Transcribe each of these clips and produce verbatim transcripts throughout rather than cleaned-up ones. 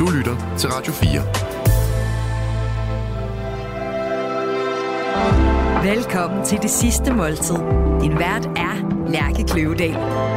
Du lytter til Radio fire. Velkommen til Det Sidste Måltid. Din vært er Lærke Kløvedal.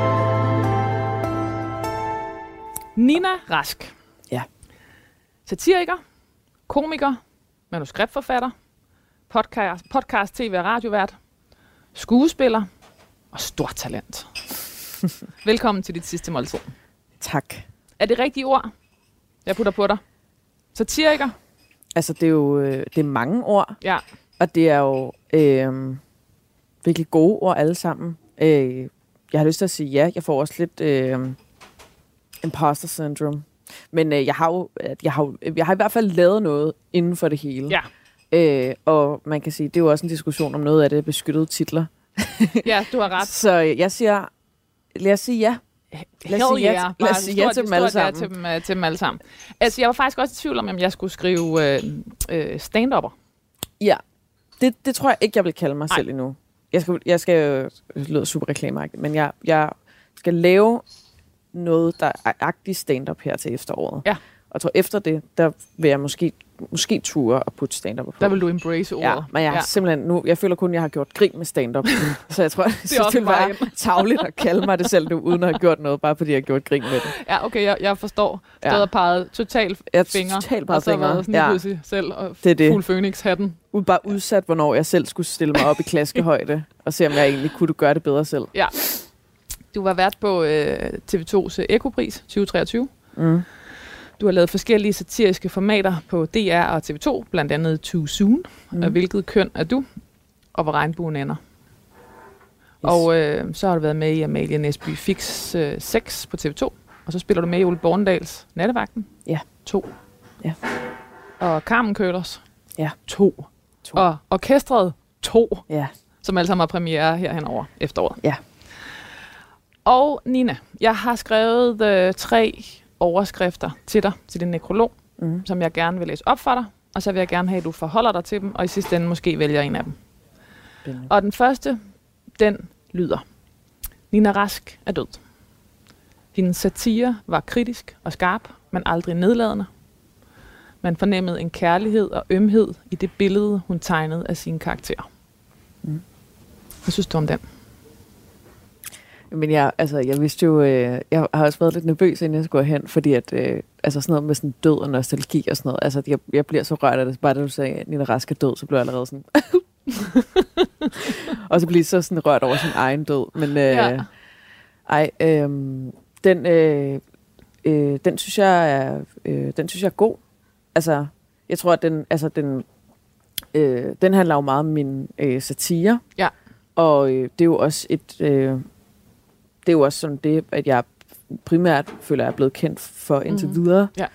Nina Rask. Ja. Satiriker, komiker, manuskriptforfatter, podcast, podcast tv og radiovært, skuespiller og stort talent. Velkommen til Dit Sidste Måltid. Tak. Er det rigtige ord, jeg putter på dig? Satiriker? Altså, det er jo det er mange ord, Ja. og det er jo øh, virkelig gode ord alle sammen. Øh, jeg har lyst til at sige ja. Jeg får også lidt øh, imposter syndrome. Men øh, jeg, har jo, jeg, har jo, jeg har i hvert fald lavet noget inden for det hele. Ja. Øh, og man kan sige, det er jo også en diskussion om noget af det beskyttede titler. Ja, du har ret. Så jeg siger, lad os sige ja. Lad os sige ja, yeah. lad os sige ja til dem alle sammen. Til dem, uh, til dem alle sammen. Altså, jeg var faktisk også i tvivl om, om jeg skulle skrive uh, uh, stand-upper. Ja, det, det tror jeg ikke, jeg vil kalde mig Ej. selv endnu. Jeg skal, jeg skal det lyder super reklameagtigt, men jeg, jeg skal lave noget, der er agtig stand-up her til efteråret. Ja. Og jeg tror, efter det, der vil jeg måske, måske ture og putte stand-up på. Der vil du embrace ordet. Ja, men jeg ja. simpelthen nu, jeg føler kun, at jeg har gjort grin med stand-up. Så jeg tror, det, også det vil være vejen. tarveligt at kalde mig det selv nu, uden at have gjort noget, bare fordi jeg har gjort grin med det. Ja, okay, jeg, jeg forstår. Ja. Stået og peget totalt Jeg fingre. totalt og så fingre. været sådan Ja. lige pludselig selv og Det er det. fuld Phoenix-hatten. Ud, bare udsat, hvornår jeg selv skulle stille mig op i klaskehøjde, og se, om jeg egentlig kunne gøre det bedre selv. Ja. Du var vært på øh, T V to's Ekopris tyve treogtyve. Mm. Du har lavet forskellige satiriske formater på D R og T V to, blandt andet Too Soon. Mm. Og hvilket køn er du? Og hvor regnbuen ender. Yes. Og øh, så har du været med i Amalie Næsby Fix øh, seks på T V to. Og så spiller du med i Ole Bornedals Nattevagten. Ja. To. Ja. Og Carmen Køhlers. Ja. To. To. Og Orkestret. To. Ja. Som alle sammen har premiere herhen over efteråret. Ja. Og Nina, jeg har skrevet øh, tre overskrifter til dig, til din nekrolog, Mm. som jeg gerne vil læse op for dig. Og så vil jeg gerne have, at du forholder dig til dem, og i sidste ende måske vælger en af dem. Spændende. Og den første, den lyder: Nina Rask er død. Hendes satire var kritisk og skarp, men aldrig nedladende. Man fornemmede en kærlighed og ømhed i det billede, hun tegnede af sine karakterer. Mm. Hvad synes du om den? Men jeg, altså, jeg vidste jo, øh, jeg har også været lidt nervøs, inden jeg skulle hen, fordi at, øh, altså sådan noget med sådan død og nostalgi og sådan noget, altså jeg, jeg bliver så rørt af det, bare da du sagde, at Nina Rask er død, så blev jeg allerede sådan, og så bliver så sådan rørt over sin egen død, men øh, Ja. ej, øh, den, øh, øh, den synes jeg er, øh, den synes jeg er god, altså, jeg tror, at den, altså den, øh, den handler jo meget om min øh, satire, Ja. og øh, det er jo også et, øh, det er jo også sådan det, at jeg primært føler, at jeg er blevet kendt for indtil Mhm. videre. Ja.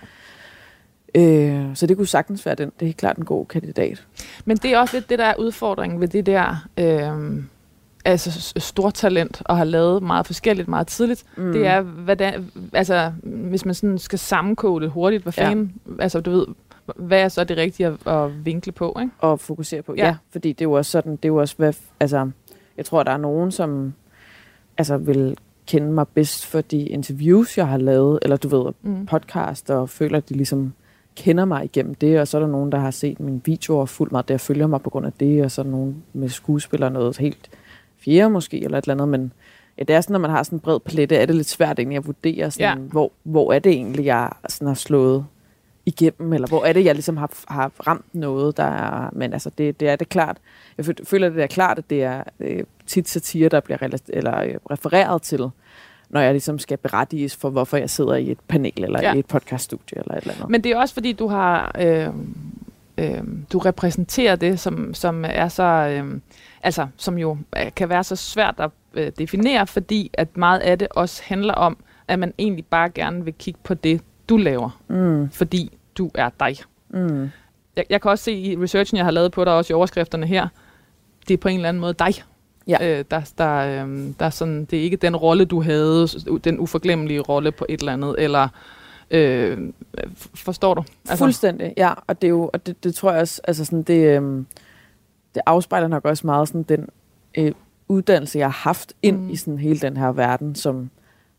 Øh, så det kunne sagtens være den. Det er helt klart en god kandidat. Men det er også lidt det, der er udfordringen ved det der øh, altså stort talent, og har lavet meget forskelligt meget tidligt. Mm. Det er, hvordan, altså, hvis man sådan skal sammenkode det hurtigt, hvad Ja. fanden, altså du ved, hvad er så det rigtige at, at vinkle på, ikke? Og fokusere på. Ja. Ja. ja, fordi det er jo også sådan, det er jo også, hvad, altså, jeg tror, der er nogen, som altså, vil kende mig bedst for de interviews, jeg har lavet, eller du ved, Mm. podcast, og føler, at de ligesom kender mig igennem det, og så er der nogen, der har set mine videoer og fulgt mig, der følger mig på grund af det, og så er der nogen med skuespillere, noget helt fjerde måske, eller et eller andet, men ja, det er sådan, når man har sådan en bred palette, er det lidt svært egentlig at vurdere, sådan, Ja. hvor, hvor er det egentlig, jeg sådan har slået igennem, eller hvor er det, jeg ligesom har, har ramt noget, der er, men altså, det, det er det klart. Jeg føl- føler, det er klart, at det er øh, tit satire, der bliver rela- eller, øh, refereret til, når jeg ligesom skal berettiges for, hvorfor jeg sidder i et panel, eller Ja. i et podcaststudie, eller et eller andet. Men det er også fordi, du har øh, øh, du repræsenterer det, som, som er så, øh, altså, som jo kan være så svært at øh, definere, fordi at meget af det også handler om, at man egentlig bare gerne vil kigge på det, du laver, Mm, fordi du er dig. mm, Jeg, jeg kan også se i researchen, jeg har lavet på dig, også i overskrifterne her, det er på en eller anden måde dig. Ja. Øh, der, der, øh, der er sådan, det er ikke den rolle, du havde, den uforglemmelige rolle på et eller andet, eller øh, forstår du? altså. Fuldstændig, ja. Og det er jo, og det, det tror jeg også, altså sådan, det, øhm, det afspejler nok også meget sådan den øh, uddannelse, jeg har haft ind Mm. i sådan hele den her verden, som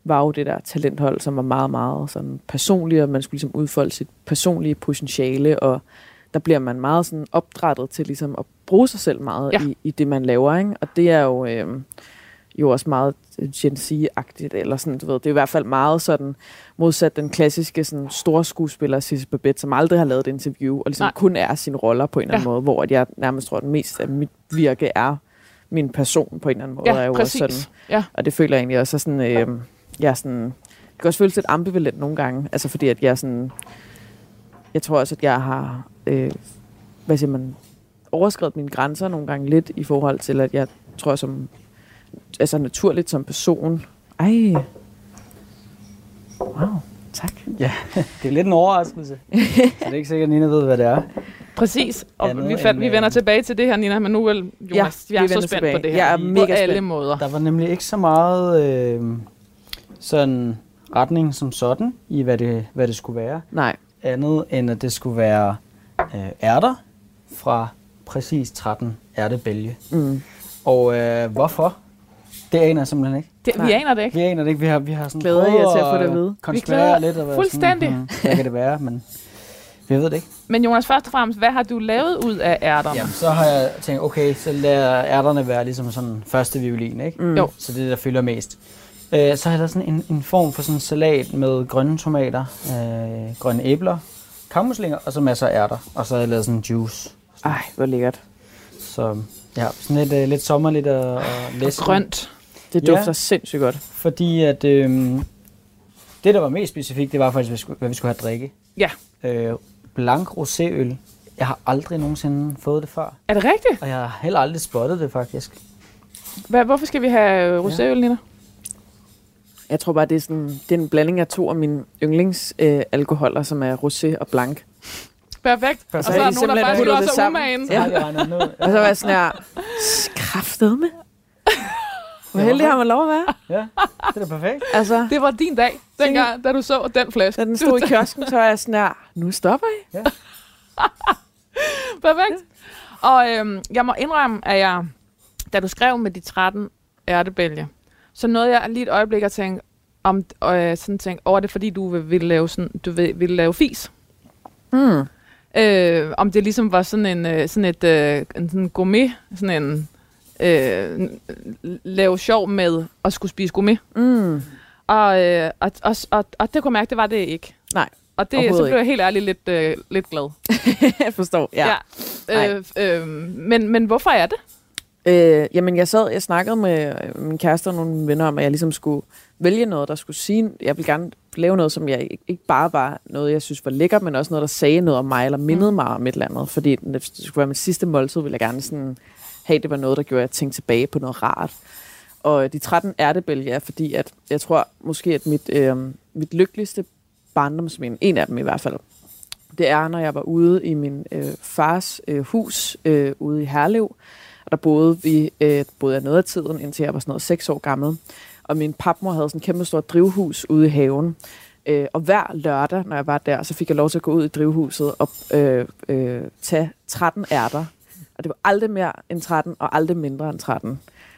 var jo det der talenthold, som var meget, meget sådan personligt, og man skulle ligesom udfolde sit personlige potentiale, og der bliver man meget sådan opdrættet til ligesom at bruge sig selv meget ja. i, i det, man laver, ikke? Og det er jo, øh, jo også meget Gen Z-agtigt, eller sådan, du ved, det er i hvert fald meget sådan, modsat den klassiske sådan, store skuespiller, Sissy Babett, som aldrig har lavet et interview, og ligesom Nej. kun er sine roller på en eller anden ja. måde, hvor jeg nærmest tror, at mest af mit virke er min person på en eller anden måde. Ja, er jo præcis. også sådan, ja. Og det føler jeg egentlig også er sådan, øh, jeg er sådan, det kan også føles lidt ambivalent nogle gange, altså fordi at jeg er sådan, jeg tror også, at jeg har, øh, hvad siger man, overskredet mine grænser nogle gange lidt i forhold til, at jeg tror som, altså naturligt som person. Ej. Wow, tak. Ja, det er lidt en overraskelse. Så det er ikke sikkert, at Nina ved, hvad det er. Præcis, og vi, fandt, vi vender tilbage til det her, Nina, men nu er Jonas, ja, jeg er så spændt tilbage. på det her. Jeg er på mega alle spændt. måder. Der var nemlig ikke så meget øh, sådan retning som sådan, i hvad det, hvad det skulle være. Nej. Andet end, at det skulle være øh, ærter fra præcis tretten ærtebælge. Mm. Og øh, hvorfor? Det aner jeg simpelthen ikke. Det, vi aner det ikke. Vi aner det ikke. Vi har, vi har sådan Glæder jeg til at få det at vide. konspirere lidt. Og fuldstændig. Sådan, hmm, hvad kan det være? Men vi ved det ikke. Men Jonas, først og fremmest, hvad har du lavet ud af ærterne? Jamen, så har jeg tænkt, okay, så lader ærterne være ligesom sådan første violin, ikke? Mm. Jo. Så det er det, der fylder mest. Øh, så har jeg lavet sådan en, en form for sådan en salat med grønne tomater, øh, grønne æbler, kammuslinger og så masser af ærter. Og så har jeg lavet sådan en juice. Sådan. Ej, hvor lækkert. Så ja, sådan lidt, øh, lidt sommerligt og, og læsken. Og grønt. Det dufter Ja. sindssygt godt. Fordi at øh, det, der var mest specifikt, det var faktisk, hvad vi skulle, hvad vi skulle have drikke. Ja. Øh, blank roséøl. Jeg har aldrig nogensinde fået det før. Er det rigtigt? Og jeg har heller aldrig spottet det, faktisk. Hvad, hvorfor skal vi have roséøl, ja. Nina? Jeg tror bare, det er, sådan, det er en blanding af to af mine yndlingsalkoholer, øh, som er rosé og blanc. Perfekt. Og så er der nogen, der faktisk gør sig umagen. Ja. Og så var jeg sådan her, kraftedme. Hvor heldig har man lov at være. Ja, det er da perfekt. Altså, det var din dag, dengang, da du så den flaske. Da den stod i kiosken, så var jeg sådan her, nu stopper I. Ja. Perfekt. Og øhm, jeg må indrømme, at jeg, da du skrev med de tretten ærtebælge, så nåede jeg lige et øjeblik at tænke, om, og jeg sådan tænkte, over det, fordi du ville lave, sådan, du vil, ville lave fis. Mm. Øh, om det ligesom var sådan en sådan et øh, en sådan gourmet, sådan en øh, lave sjov med at skulle spise gourmet. Mm. Og, øh, og, og, og, og det kunne jeg mærke, det var det ikke. Nej. Og det, så blev jeg helt ærligt lidt, øh, lidt glad. Jeg forstår, ja. ja. Øh, øh, men, men hvorfor er det? Øh, jamen, jeg sad, jeg snakkede med min kæreste og nogle venner om, at jeg ligesom skulle vælge noget, der skulle sige, jeg vil gerne lave noget, som jeg ikke bare var noget, jeg synes var lækkert, men også noget, der sagde noget om mig, eller mindede mm. mig om et eller andet. Fordi det skulle være mit sidste måltid, ville jeg gerne sådan have, det var noget, der gjorde, at jeg tænkte tilbage på noget rart. Og de tretten ærtebælge er, fordi at jeg tror måske, at mit, øh, mit lykkeligste barndomsminde, en af dem i hvert fald, det er, når jeg var ude i min øh, fars øh, hus øh, ude i Herlev. Og der boede vi øh, boede jeg noget af tiden, indtil jeg var sådan noget seks år gammel. Og min papmor havde sådan et kæmpe stort drivhus ude i haven. Øh, og hver lørdag, når jeg var der, så fik jeg lov til at gå ud i drivhuset og øh, øh, tage tretten ærter. Og det var aldrig mere end tretten, og aldrig mindre end tretten.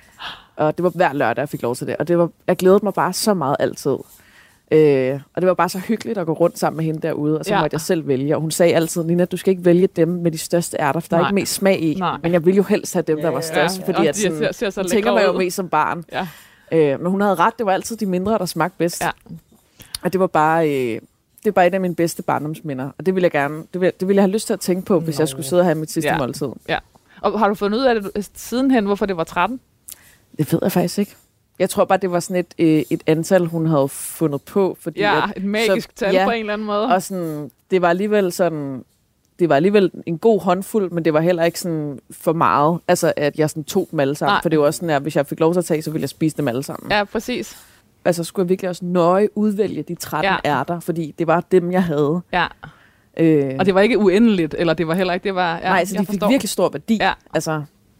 Og det var hver lørdag, jeg fik lov til det. Og det var, jeg glædede mig bare så meget altid. Øh, og det var bare så hyggeligt at gå rundt sammen med hende derude, og så ja. måtte jeg selv vælge. Og hun sagde altid, Nina, du skal ikke vælge dem med de største ærter, for der Nej. er ikke mest smag i. Nej. Men jeg ville jo helst have dem, der var størst, ja, ja. fordi at sådan, ser, ser så tænker man jo mest som barn. Ja. Øh, men hun havde ret, det var altid de mindre, der smagte bedst. Ja. Og det var bare... Øh, det er bare et af mine bedste barndomsminder, og det ville jeg gerne, det ville, det ville jeg have lyst til at tænke på, hvis Nå. jeg skulle sidde og have mit sidste ja. måltid. Ja. Og har du fundet ud af det sidenhen, hvorfor det var tretten? Det ved jeg faktisk ikke. Jeg tror bare, det var sådan et, øh, et antal, hun havde fundet på. Fordi ja, at, et magisk så, tal ja, på en eller anden måde. Og sådan, det var alligevel sådan, det var alligevel en god håndfuld, men det var heller ikke sådan for meget, altså at jeg sådan tog dem alle sammen. Nej. For det var også sådan, at hvis jeg fik lov til at tage, så ville jeg spise dem alle sammen. Ja, præcis. Altså skulle jeg virkelig også nøje udvælge de tretten ja. ærter, fordi det var dem, jeg havde. Ja. Øh. Og det var ikke uendeligt, eller det var heller ikke, det var... Ja, nej, så de fik virkelig stor værdi. Ja. Altså,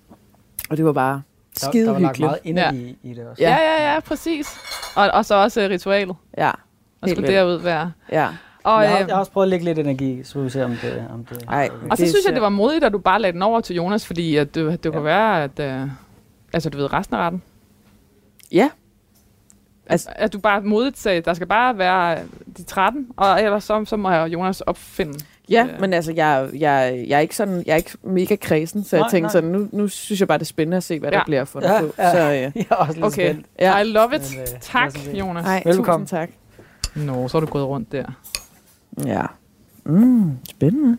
og det var bare... skide der, der var hyggeligt. meget energi ja. i det også. Ja, ja, ja, præcis. Og, og så også uh, ritualet. Ja. Og skulle derud være. Ja. Og, jeg, har, jeg har også prøvet at lægge lidt energi, så vi se, om det... Om det Ej, okay. Og så synes jeg, det var modigt, at du bare lagde den over til Jonas, fordi at det, det ja. kunne være, at... Uh, altså, du ved, resten af retten. Ja. Altså, at, at du bare modigt sagde, der skal bare være de tretten, og ellers så, så må jeg Jonas opfinde. Ja, øh. men altså, jeg, jeg, jeg, er ikke sådan, jeg er ikke mega kredsen, så nej, jeg tænkte nej. sådan, nu, nu synes jeg bare, det er spændende at se, hvad ja. der bliver fundet ja, på. Ja. Så, øh. Jeg er også lidt okay. spændt. Ja. I love it. Men, øh, tak, Jonas. Ej, velkommen. Tusind tak. Nå, så er du gået rundt der. Ja. Mm, spændende.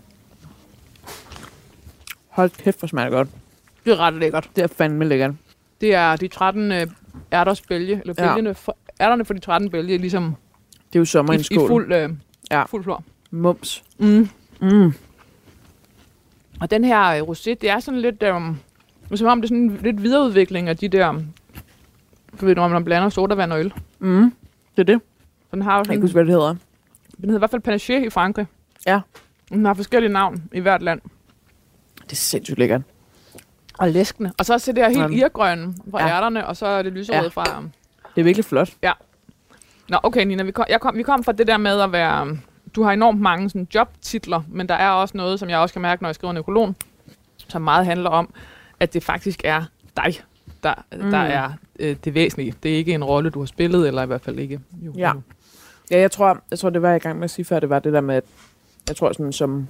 Hold kæft, hvor smager det godt. Det er ret lækkert. Det er fandme lækkert. Det er de tretten øh, ærters bælge, eller bælgene, ja. for, ærterne for de tretten bælge, ligesom det er jo sommer i, i, i fuld, øh, ja. fuld flor. Mums. Mm. Mm. Og den her øh, rosé, det er sådan lidt, øh, som om det er sådan en lidt videreudvikling af de der, du ved, når man blander sodavand og øl. Mm. Det er det. Så den har jo sådan, jeg kan huske, hvad det hedder. Den hedder i hvert fald Panaché i Frankrig. Ja. Den har forskellige navn i hvert land. Det er sindssygt lækkert. Og læskende. Og så er det her helt ja. irgrønne fra ja. ærterne, og så er det lyserøde ja. fra... Det er virkelig flot. Ja. Nå, okay, Nina, vi kom, jeg kom, vi kom fra det der med at være... Du har enormt mange sådan, jobtitler, men der er også noget, som jeg også kan mærke, når jeg skriver nekrolog, som meget handler om, at det faktisk er dig, der, mm. der er øh, det væsentlige. Det er ikke en rolle, du har spillet, eller i hvert fald ikke. Jo, ja. Jo. Ja, jeg tror, jeg tror, det var jeg i gang med at sige før, det var det der med, at jeg tror sådan som...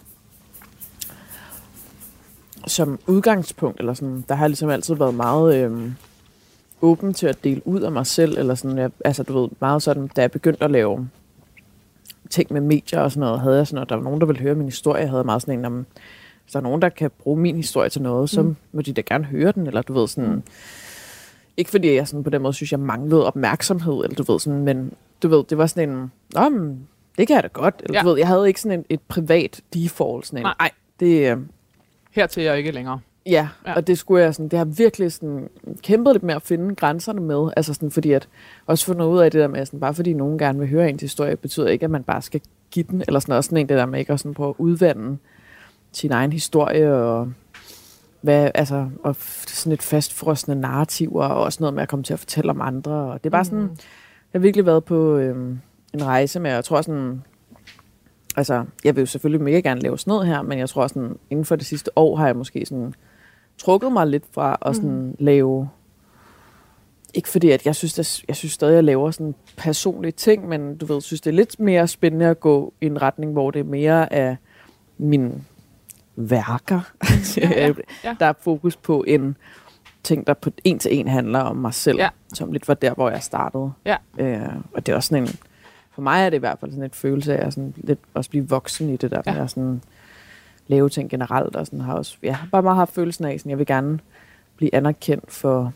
som udgangspunkt, eller sådan, der har ligesom altid været meget øh, åben til at dele ud af mig selv, eller sådan, jeg, altså du ved, meget sådan, da jeg begyndte at lave ting med medier og sådan noget, havde jeg sådan noget, der var nogen, der ville høre min historie, jeg havde meget sådan en, om, hvis der er nogen, der kan bruge min historie til noget, så mm. må de da gerne høre den, eller du ved sådan, mm. ikke fordi jeg sådan på den måde synes, jeg manglede opmærksomhed, eller du ved sådan, men du ved, det var sådan en, nå, men det kan jeg da godt, eller ja. du ved, jeg havde ikke sådan en, et privat default, sådan en, nej, det øh, hertil er jeg ikke længere. Ja, ja, og det skulle jeg sådan, det har virkelig sådan kæmpet lidt med at finde grænserne med, altså sådan fordi at, også fundet ud af det der med, sådan, bare fordi nogen gerne vil høre ens historie, betyder ikke, at man bare skal give den, eller sådan også sådan en, det der med ikke at sådan prøve at udvande sin egen historie, og hvad, altså, og sådan et fastfrosne narrativ, og også noget med at komme til at fortælle om andre, og det er bare sådan, mm. jeg har virkelig været på øhm, en rejse med, og jeg tror sådan, altså, jeg vil jo selvfølgelig mega gerne lave sådan noget her, men jeg tror sådan, inden for det sidste år har jeg måske sådan trukket mig lidt fra at sådan mm. lave, ikke fordi at jeg synes, at jeg synes stadig, at jeg laver sådan personlige ting, men du ved, synes det er lidt mere spændende at gå i en retning, hvor det er mere af mine værker, ja, ja, ja. der er fokus på en ting, der på en til en handler om mig selv, ja. som lidt var der, hvor jeg startede. Ja. Øh, og det er også sådan en, for mig er det i hvert fald sådan et følelse af at sådan lidt også blive voksen i det der, ja. med at sådan lave ting generelt, og sådan har også, jeg har bare meget haft følelsen af, sådan, jeg vil gerne blive anerkendt for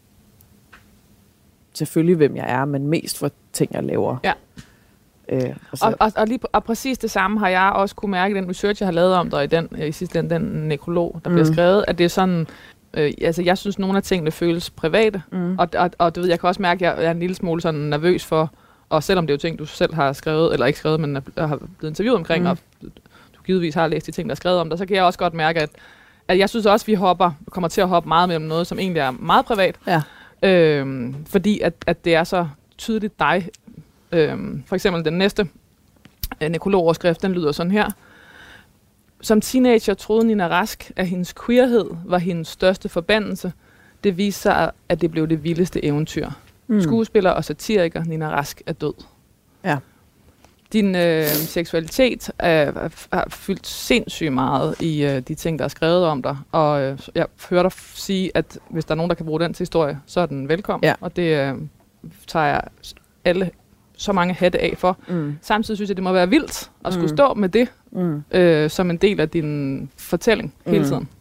selvfølgelig, hvem jeg er, men mest for ting, jeg laver. Ja. Øh, og, og, og, og, lige, og præcis det samme har jeg også kunne mærke i den research, jeg har lavet om dig, i den, i sidste ende, den nekrolog, der mm. bliver skrevet, at det er sådan, øh, altså jeg synes, nogle af tingene føles private, mm. og, og, og du ved, jeg kan også mærke, at jeg er en lille smule sådan nervøs for, og selvom det er jo ting, du selv har skrevet, eller ikke skrevet, men har blevet interviewet omkring, mm. og du givetvis har læst de ting, der er skrevet om dig, så kan jeg også godt mærke, at, at jeg synes også, at vi hopper, kommer til at hoppe meget mellem noget, som egentlig er meget privat, ja. øhm, fordi at, at det er så tydeligt dig. Øhm, for eksempel den næste øh, nekrologoverskrift, den lyder sådan her. Som teenager troede Nina Rask, at hendes queerhed var hendes største forbandelse. Det viste sig, at det blev det vildeste eventyr. Mm. Skuespiller og satiriker Nina Rask er død. Ja. Din øh, seksualitet øh, har fyldt sindssygt meget i øh, de ting, der er skrevet om dig. Og øh, jeg hører dig f- sige, at hvis der er nogen, der kan bruge den til historie, så er den velkommen. Ja. Og det øh, tager jeg alle så mange hatte af for. Mm. Samtidig synes jeg, det må være vildt at skulle mm. stå med det mm. øh, som en del af din fortælling hele mm. tiden.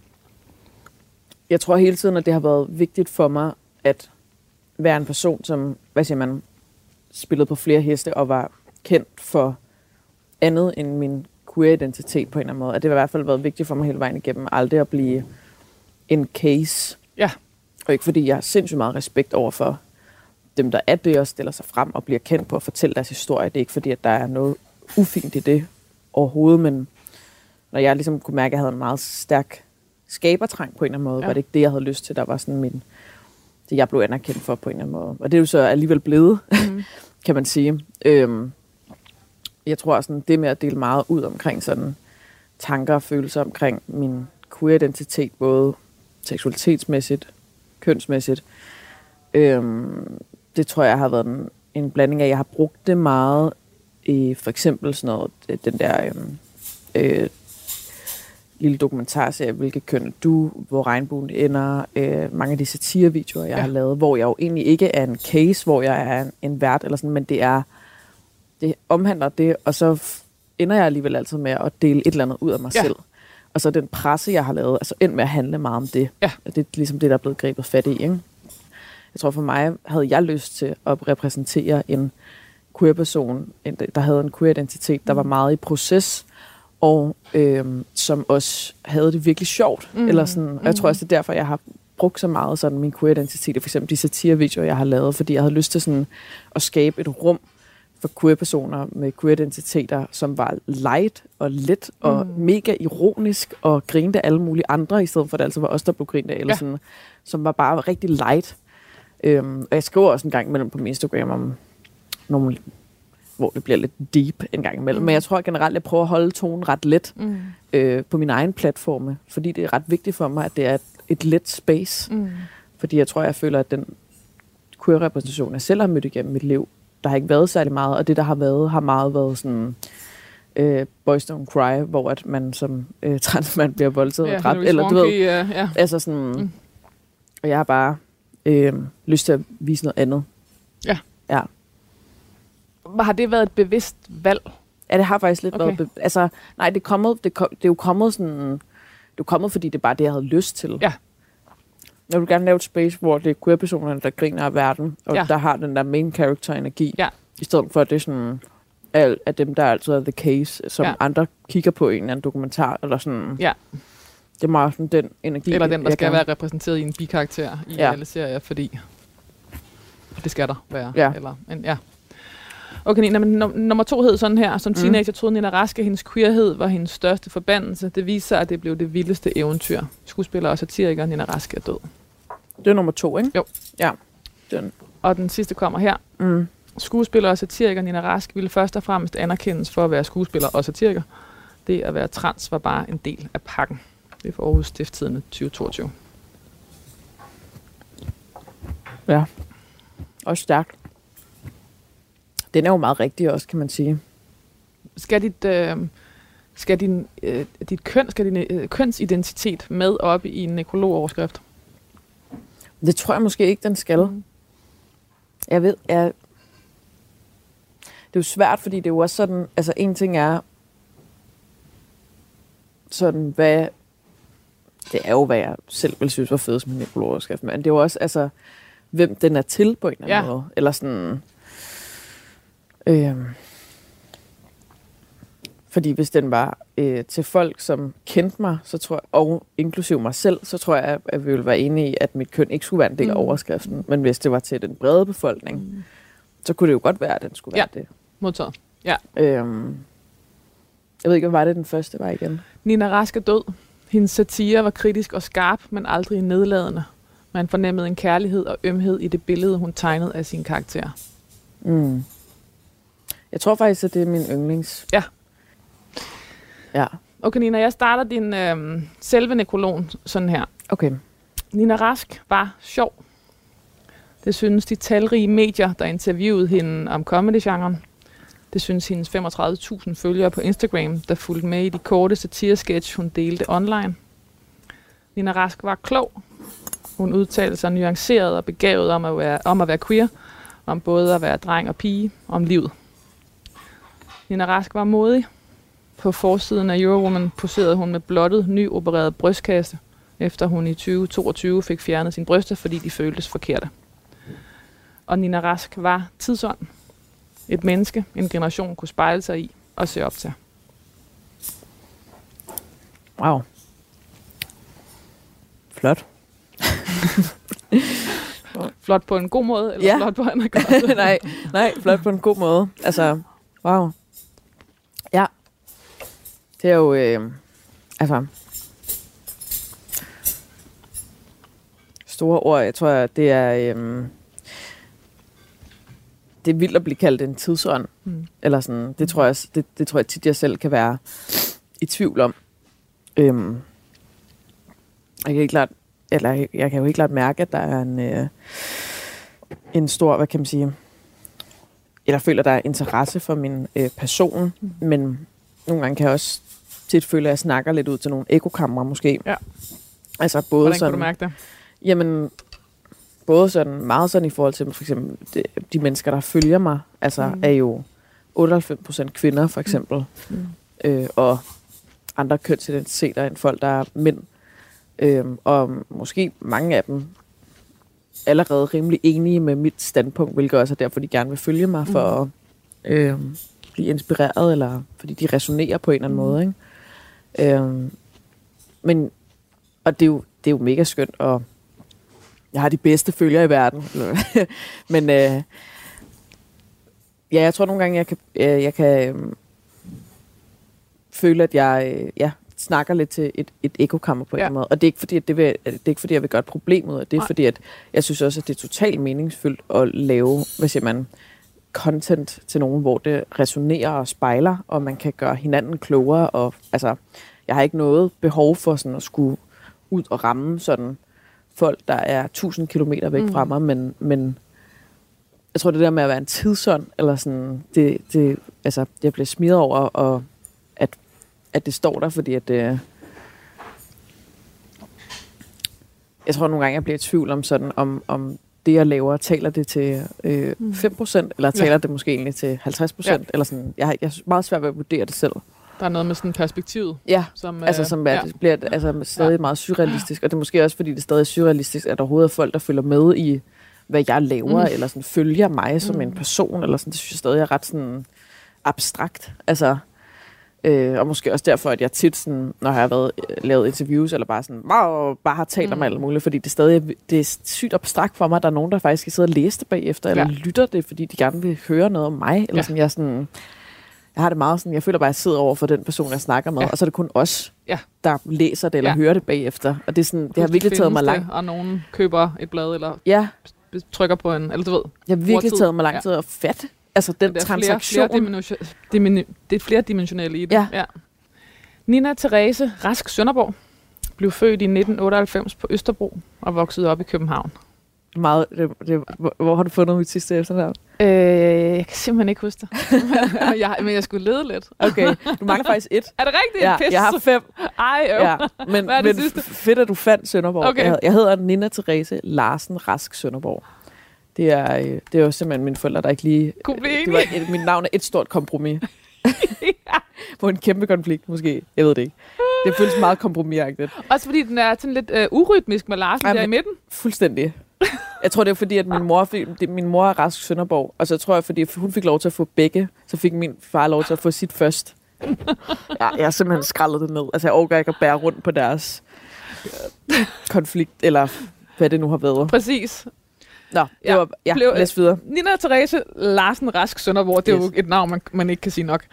Jeg tror hele tiden, at det har været vigtigt for mig at være en person, som, hvad siger man, spillede på flere heste og var kendt for andet end min queer-identitet på en eller anden måde. At det har i hvert fald været vigtigt for mig hele vejen igennem aldrig at blive en case. Ja. Og ikke fordi jeg har sindssygt meget respekt over for dem, der er det, og stiller sig frem og bliver kendt på at fortælle deres historie. Det er ikke fordi, at der er noget ufint i det overhovedet, men når jeg ligesom kunne mærke, at jeg havde en meget stærk skabertrang på en eller anden måde, ja. var det ikke det, jeg havde lyst til. Der var sådan min, det, jeg blev anerkendt for på en eller anden måde. Og det er jo så alligevel blevet, mm. kan man sige. Øhm, jeg tror sådan, det med at dele meget ud omkring sådan tanker og følelser omkring min queer-identitet, både seksualitetsmæssigt, kønsmæssigt, øhm, det tror jeg har været den en blanding af, jeg har brugt det meget i for eksempel sådan noget, den der øh, øh, lille dokumentarserie, hvilke køn er du, hvor regnbuen ender, øh, mange af de satirevideoer, jeg ja. har lavet, hvor jeg jo egentlig ikke er en case, hvor jeg er en, en vært, eller sådan, men det er, det omhandler det, og så ender jeg alligevel altid med at dele et eller andet ud af mig ja. selv. Og så den presse, jeg har lavet, altså end med at handle meget om det. Ja. Det er ligesom det, der er blevet grebet fat i, ikke? Jeg tror for mig, havde jeg lyst til at repræsentere en queer-person, der havde en queer-identitet, der var meget i proces, og øhm, som også havde det virkelig sjovt. Mm. Eller sådan. Og jeg tror også, det er derfor, jeg har brugt så meget sådan min queer-identitet, for eksempel de satirevideoer, jeg har lavet, fordi jeg havde lyst til sådan at skabe et rum for queer-personer med queer-identiteter, som var light og let og mm. mega ironisk og grinte alle mulige andre, i stedet for at det altså var os, der blev grint af, eller ja. sådan, som var bare rigtig light. Øhm, og jeg skriver også en gang imellem på min Instagram om nogle, hvor det bliver lidt deep en gang imellem. Mm. Men jeg tror generelt, jeg prøver at holde tonen ret let mm. øh, på min egen platforme, fordi det er ret vigtigt for mig, at det er et, et let space. Mm. Fordi jeg tror, jeg føler, at den queer-repræsentation, jeg selv har mødt igennem mit liv, der har ikke været særlig meget, og det, der har været, har meget været sådan øh, boys don't cry, hvor at man som øh, transmand bliver voldtaget ja, og dræbt. Eller du ved, uh, yeah. altså sådan, mm. og jeg har bare øh, lyst til at vise noget andet. Ja. Ja. Har det været et bevidst valg? Ja, det har faktisk lidt okay. været, be- altså, nej, det er kommet, det, kom, det er jo kommet sådan, det er kommet, fordi det er bare det, jeg havde lyst til. Ja. Jeg vil gerne lave et space, hvor det er queer-personerne, der griner af verden, og ja. der har den der main character-energi, ja. i stedet for, at det er sådan, af dem, der altid er the case, som ja. andre kigger på i en eller anden dokumentar, eller sådan. Ja. Det er meget sådan den energi. Eller den, der skal kan. være repræsenteret i en bikarakter i ja. alle serier, fordi det skal der være. Ja. Eller, en, ja. Okay, Nina, men num- nummer to hed sådan her. Som teenager mm. troede Nina Rask, at hendes queerhed var hendes største forbandelse. Det viser sig, at det blev det vildeste eventyr. Skuespiller og satiriker Nina Rask er død. Det er nummer to, ikke? Jo. Ja. Den. Og den sidste kommer her. Mm. Skuespiller og satiriker Nina Rask ville først og fremmest anerkendes for at være skuespiller og satiriker. Det at være trans var bare en del af pakken. Det er for Aarhus Stiftstidende tyve toogtyve. Ja. Også stærkt. Den er jo meget rigtig også, kan man sige. Skal dit, øh, skal din, øh, dit køn, skal din øh, kønsidentitet med op i en nekrologoverskrift? Det tror jeg måske ikke, den skal. Mm. Jeg ved, jeg... det er jo svært, fordi det er jo også sådan, altså en ting er sådan, hvad, det er jo, hvad jeg selv vil synes var fedest med nekrologoverskrift, men det er jo også, altså, hvem den er til på en eller anden ja. måde. Eller sådan... Øhm, fordi hvis den var øh, til folk, som kendte mig, så tror jeg, og inklusive mig selv, så tror jeg, at vi ville være enige i, at mit køn ikke skulle være en del af mm. overskriften. Men hvis det var til den brede befolkning, mm. så kunne det jo godt være, at den skulle være ja. det. Modtaget. Ja. Øhm, jeg ved ikke, hvad var det den første var igen? Nina Rask er død. Hendes satire var kritisk og skarp, men aldrig nedladende. Man fornemmede en kærlighed og ømhed i det billede, hun tegnede af sin karakter. Mm. Jeg tror faktisk, at det er min yndlings. Ja. Ja. Okay, Nina, jeg starter din øh, selve nekrolog sådan her. Okay. Nina Rask var sjov. Det synes de talrige medier, der interviewede hende om comedy-genren. Det synes hendes femogtredive tusind følgere på Instagram, der fulgte med i de korte satiresketch, hun delte online. Nina Rask var klog. Hun udtalte sig nuanceret og begavet om at være, om at være queer, om både at være dreng og pige, om livet. Nina Rask var modig. På forsiden af Eurowoman poserede hun med blottet, nyopereret brystkasse, efter hun i tyve toogtyve fik fjernet sine bryster, fordi de føltes forkerte. Og Nina Rask var tidsånd. Et menneske, en generation kunne spejle sig i og se op til. Wow. Flot. Flot på en god måde, eller ja. flot på en god nej, nej, flot på en god måde. Altså, wow. Ja. Det er jo, øh, altså, store ord. Jeg tror, det er, øh, det er vildt at blive kaldt en tidsånd. Mm. Eller sådan, det tror jeg, det, det tror jeg tit, jeg selv kan være i tvivl om. Øhm, jeg kan ikke klart, eller jeg kan jo ikke klart mærke, at der er en, øh, en stor, hvad kan man sige, eller føler, der er interesse for min øh, person, mm. men nogle gange kan jeg også tit føle, at jeg snakker lidt ud til nogle ekokamre måske. Ja. Altså både Hvordan sådan, kan du mærke det? Jamen, både sådan, meget sådan i forhold til, for eksempel, de, de mennesker, der følger mig, altså mm. er jo otteoghalvfems procent kvinder, for eksempel, mm. øh, og andre kønsidentiteter end folk, der er mænd. Øh, og måske mange af dem allerede rimelig enige med mit standpunkt, hvilket også er derfor, de gerne vil følge mig, for mm. at øh, blive inspireret, eller fordi de resonerer på en eller anden mm. måde. Ikke? Øh, men, og det er, jo, det er jo mega skønt, og jeg har de bedste følgere i verden. Men øh, ja, jeg tror nogle gange, jeg kan, øh, jeg kan øh, føle, at jeg øh, ja, snakker lidt til et, et ekokammer på en ja. måde. Og det er ikke fordi, at det, vil, det er ikke fordi, jeg vil gøre et problem ud af det. Det er fordi, at jeg synes også, at det er totalt meningsfyldt at lave, hvad siger man, content til nogen, hvor det resonerer og spejler, og man kan gøre hinanden klogere. Og, altså, jeg har ikke noget behov for sådan at skulle ud og ramme sådan folk, der er tusind kilometer væk mm. fra mig, men, men jeg tror, det der med at være en tidsånd, eller sådan, det, det, altså, jeg bliver smidt over, og at, at det står der, fordi at det, jeg tror nogle gange, jeg bliver i tvivl om sådan, om, om det, jeg laver, taler det til øh, fem procent, eller taler ja. det måske egentlig til halvtreds procent, ja. eller sådan, jeg, jeg er meget svært ved at vurdere det selv. Der er noget med sådan perspektivet. Ja, som, altså som er, ja. det bliver altså, stadig ja. meget surrealistisk, og det er måske også, fordi det stadig er surrealistisk, at der overhovedet er folk, der følger med i, hvad jeg laver, mm. eller sådan følger mig som mm. en person, eller sådan, det synes jeg stadig er ret sådan abstrakt. Altså, øh, og måske også derfor, at jeg tit, sådan, når jeg har været, lavet interviews, eller bare sådan, wow, bare har talt mm. om alt muligt, fordi det stadig det er sygt abstrakt for mig, at der er nogen, der faktisk skal sidde og læse det bagefter, eller ja. lytter det, fordi de gerne vil høre noget om mig, eller ja. sådan, jeg er sådan... Jeg har det meget sådan, jeg føler bare, at jeg sidder over for den person, jeg snakker med, ja. og så er det kun os, ja. der læser det eller ja. hører det bagefter. Og det, er sådan, det har virkelig taget mig lang tid. Og nogen køber et blad, eller ja. trykker på en, eller du ved. Jeg har virkelig taget mig lang tid ja. at fatte, altså den det transaktion. Flere, flere diminu- det er flere dimensionelle i det. Ja. Ja. Nina Therese Rask Sønderborg blev født i nitten otteoghalvfems på Østerbro og voksede op i København. Meget, det, det, hvor, hvor har du fundet mit sidste efternavn? Øh, jeg kan simpelthen ikke huske det. jeg, men jeg skulle lede lidt. Okay, du mangler faktisk et. Er det rigtigt? Ja, Pisse. Jeg har fem. Ej, øv. Ja, men, Hvad er det men sidste? Fedt, at du fandt Sønderborg. Okay. Jeg, jeg hedder Nina Therese Larsen Rask Sønderborg. Det er, det er jo simpelthen mine forældre, der ikke lige... Kunne blive det var et, mit navn er et stort kompromis. På en kæmpe konflikt, måske. Jeg ved det ikke. Det føles meget kompromisagtigt. Også fordi den er sådan lidt uh, urytmisk med Larsen ja, der i midten. Fuldstændig. Jeg tror, det er fordi, at min mor, min mor er Rask Sønderborg, og så tror jeg, fordi hun fik lov til at få begge, så fik min far lov til at få sit først. Ja, jeg har simpelthen skrællet det ned. Altså, jeg overgår ikke at bære rundt på deres konflikt, eller hvad det nu har været. Præcis. Nå, det var, ja, blev, læs videre. Nina Therese Larsen Rask Sønderborg, det er yes. jo et navn, man, man ikke kan sige nok.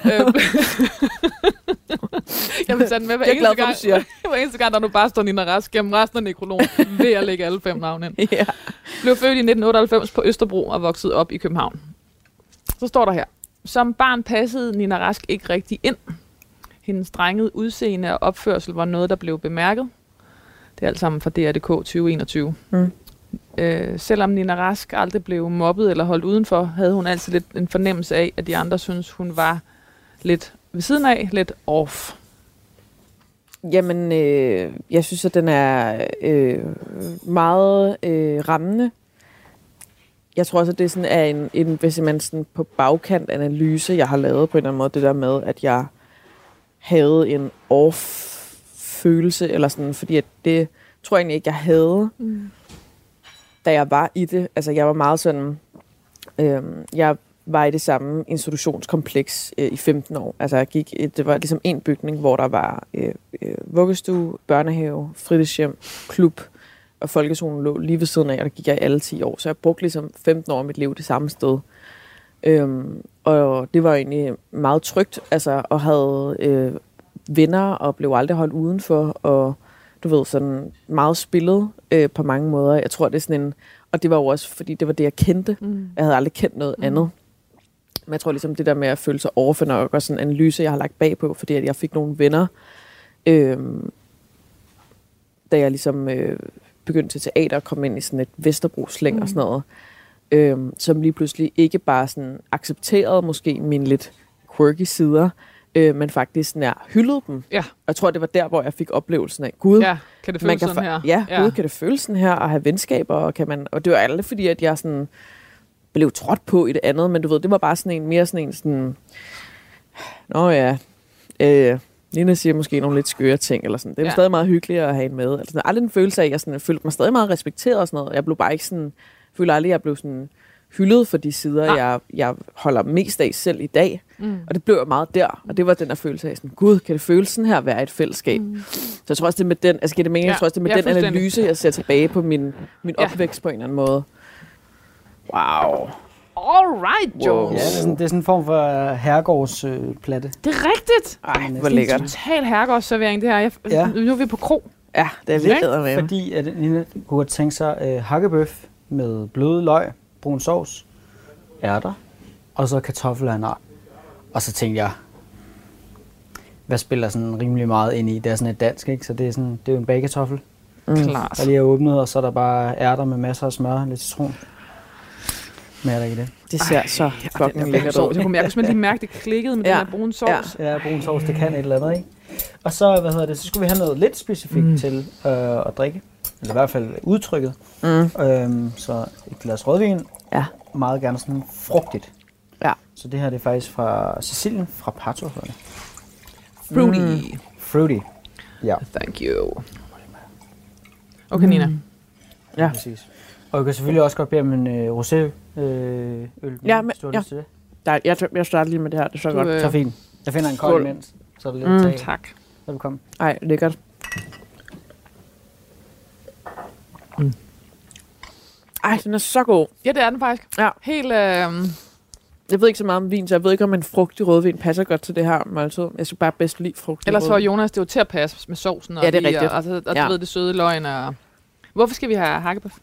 Jeg vil tage den med hver eneste, gang, hver eneste gang, der nu bare står Nina Rask gennem resten af nekrologen, ved at lægge alle fem navne ind. Yeah. Blev født i nitten otteoghalvfems på Østerbro og voksede op i København. Så står der her. Som barn passede Nina Rask ikke rigtig ind. Hendes drengede udseende og opførsel var noget, der blev bemærket. Det er alt sammen fra D R punktum D K tyve enogtyve. Mm. Øh, selvom Nina Rask aldrig blev mobbet eller holdt udenfor, havde hun altid lidt en fornemmelse af, at de andre syntes, hun var lidt ved siden af, lidt off. Jamen, øh, jeg synes, at den er øh, meget øh, rammende. Jeg tror også, at det sådan er en, en hvis man sådan på bagkant analyse, jeg har lavet på en eller anden måde, det der med, at jeg havde en off-følelse, eller sådan, fordi at det tror jeg egentlig ikke, jeg havde, mm. da jeg var i det. Altså, jeg var meget sådan, øh, jeg var i det samme institutionskompleks øh, i femten år. Altså, jeg gik, det var ligesom en bygning, hvor der var øh, øh, vuggestue, børnehave, fritidshjem, klub, og folkeskolen lå lige ved siden af, og der gik jeg i alle ti år. Så jeg brugte ligesom femten år af mit liv det samme sted. Øhm, og det var egentlig meget trygt, altså, og havde øh, venner, og blev aldrig holdt udenfor, og du ved, sådan meget spillet øh, på mange måder. Jeg tror, det er sådan en... Og det var jo også, fordi det var det, jeg kendte. Mm. Jeg havde aldrig kendt noget mm. andet. Men jeg tror ligesom, det der med at føle sig overfor, når jeg gør sådan en analyse, jeg har lagt bag på, fordi at jeg fik nogle venner, øh, da jeg ligesom øh, begyndte til teater og kom ind i sådan et Vesterbro-slæng mm. og sådan noget. øhm, som lige pludselig ikke bare sådan accepterede måske mine lidt quirky sider, øh, men faktisk sådan er hyldede dem. Ja. Og jeg tror, det var der, hvor jeg fik oplevelsen af, gud, Ja, kan det føles kan sådan fa- her? Ja, ja. Gud, kan det føles sådan her, at have venskaber, og, kan man, og det var aldrig fordi, at jeg sådan blev trådt på i det andet, men du ved, det var bare sådan en, mere sådan en sådan, nå ja, øh, Nina siger måske nogle lidt skøre ting, eller sådan. Det er ja. stadig meget hyggeligt at have en med. Altså, der er aldrig en følelse af, at jeg sådan, følte mig stadig meget respekteret og sådan noget. Jeg blev bare ikke sådan, føler aldrig, at jeg blev sådan hyldet for de sider, ja. jeg, jeg holder mest af selv i dag. Mm. Og det blev jeg meget der, og det var den der følelse af sådan, gud, kan det føles sådan her at være et fællesskab? Mm. Så jeg tror også, det med den, altså, det mening, ja. jeg tror også, det med ja, den analyse, jeg ser tilbage på min, min ja. opvækst på en eller anden måde. Wow. All right, Jones. Wow. Ja, det er, sådan, det er sådan en form for herregårdsplatte. Øh, platte. Det er rigtigt. Ej, hvor lækkert. Det er total herregårdsservering, det her. Jeg, ja. Nu er vi på kro. Ja, det er vildt med. Fordi at Nina kunne tænke sig øh, hakkebøf med bløde løg, brun sovs, ærter, og så kartofler af en art. Og så tænkte jeg, hvad spiller sådan rimelig meget ind i? Det er sådan et dansk, ikke? Så det er, sådan, det er jo en bagekartoffel. Mm. Klart. Der lige er åbnet, og så er der bare ærter med masser af smør, lidt citron. Mere er der ikke det? Det ser Ej, så fucking lækkert ud. Jeg kunne simpelthen lige mærke, det klikkede med ja. den her brune sovs. Ja, ja brun sovs, det kan et eller andet, ikke? Og så, hvad hedder det, så skulle vi have noget lidt specifikt mm. til øh, at drikke. Eller i hvert fald udtrykket. Mm. Øhm, så et glas rødvin. Ja. Meget gerne sådan frugtigt. Ja. Så det her det er faktisk fra Sicilien, fra Pato. Fruity. Mm. Fruity. Ja. Thank you. Okay, Nina. Mm. Ja. Præcis. Og jeg kan selvfølgelig også godt bede om en øh, rosé-øl. Øh, ja, men, ja. Det. Der, jeg, jeg starter lige med det her, det er så du, godt. Øh, så fint. Jeg finder en kold imens, så er det lidt mm, tak. Velkommen. Ej, lækkert. Mm. Ej, den er så god. Ja, det er den faktisk. Ja. Helt, øh... Jeg ved ikke så meget om vin, så jeg ved ikke, om en frugtig rødvin passer godt til det her måltid. Jeg skal bare bedst lide frugtig Ellers var Jonas, det var til at passe med sovsen. Og ja, det er rigtigt. Og, og, og ja. du ved, det søde løgn. Og... Hvorfor skal vi have hakkebøf?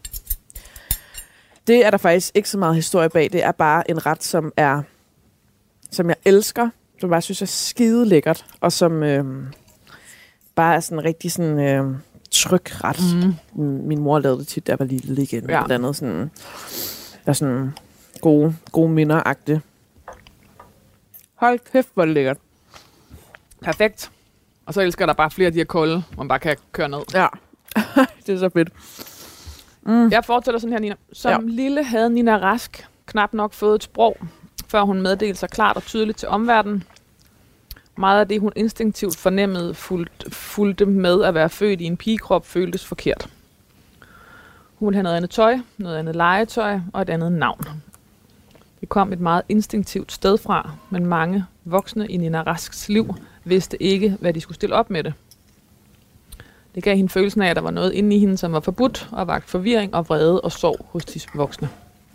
Det er der faktisk ikke så meget historie bag. Det er bare en ret, som er, som jeg elsker, som jeg synes er skide lækkert, og som øh, bare er sådan rigtig sådan øh, tryg ret. Mm. Min mor lavede det tit, da jeg var lille igen. Ja. Blandt andet sådan, der er sådan gode, gode minder-agtigt. Hold kæft, hvor det lækkert. Perfekt. Og så elsker der bare flere af de her kolde, hvor man bare kan køre ned. Ja, det er så fedt. Mm. Jeg fortæller sådan her, Nina. Som ja. lille havde Nina Rask knap nok fået et sprog, før hun meddelte sig klart og tydeligt til omverdenen. Meget af det, hun instinktivt fornemmede, fulgte, fulgte med at være født i en pigekrop, føltes forkert. Hun ville have noget andet tøj, noget andet legetøj og et andet navn. Det kom et meget instinktivt sted fra, men mange voksne i Nina Rasks liv vidste ikke, hvad de skulle stille op med det. Det gav hende følelsen af, at der var noget inde i hende, som var forbudt, og vagt forvirring og vrede og sorg hos de voksne.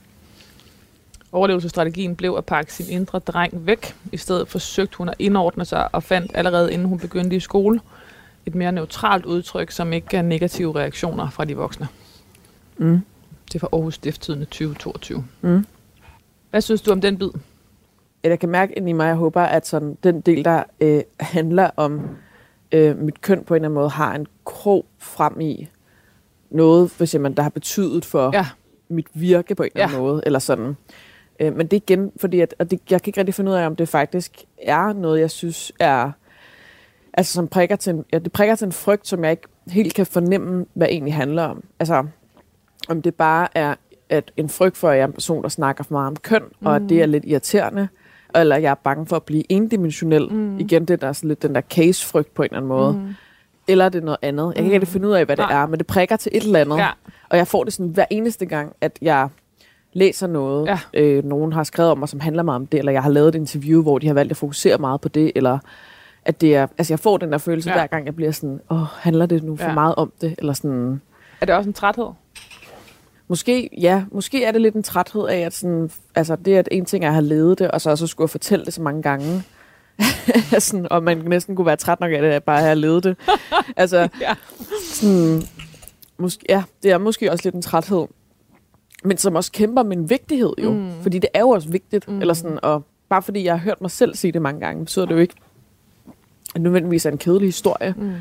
Overlevelsesstrategien blev at pakke sin indre dreng væk. I stedet forsøgte hun at indordne sig og fandt allerede inden hun begyndte i skole et mere neutralt udtryk, som ikke gav negative reaktioner fra de voksne. Mm. Det var Aarhus Stiftstidende tyve toogtyve. Mm. Hvad synes du om den bid? Jeg kan mærke ind i mig, jeg håber, at sådan, den del, der øh, handler om øh, mit køn på en eller anden måde, har en krog frem i noget, for eksempel, der har betydet for ja. mit virke på en eller anden ja. måde, eller sådan. Øh, men det er igen, fordi at, og det, jeg kan ikke rigtig finde ud af, om det faktisk er noget, jeg synes er, altså som prikker til en, ja, det prikker til en frygt, som jeg ikke helt kan fornemme, hvad det egentlig handler om. Altså, om det bare er at en frygt for, at jeg er en person, der snakker for meget om køn, mm. og at det er lidt irriterende, eller jeg er bange for at blive endimensionel. Mm. Igen, det der er sådan lidt den der case-frygt på en eller anden måde. Mm. Eller det er noget andet. Jeg kan ikke rigtig finde ud af, hvad det Nej. er, men det prikker til et eller andet. Ja. Og jeg får det sådan hver eneste gang, at jeg læser noget, ja. øh, nogen har skrevet om mig, som handler meget om det, eller jeg har lavet et interview, hvor de har valgt at fokusere meget på det, eller at det er, altså jeg får den der følelse ja. hver gang, jeg bliver sådan, åh, handler det nu for ja. meget om det, eller sådan. Er det også en træthed? Måske, ja, måske er det lidt en træthed af, at sådan, altså det er at en ting er at have levet det, og så, så skulle jeg fortælle det så mange gange. sådan, og man næsten kunne være træt nok af det, at bare have levet det. altså, ja. sådan, måske, ja, det er måske også lidt en træthed, men som også kæmper med en vigtighed jo, mm. fordi det er jo også vigtigt, mm. eller sådan, og bare fordi jeg har hørt mig selv sige det mange gange, betyder det jo ikke, at nødvendigvis er en kedelig historie. Mm.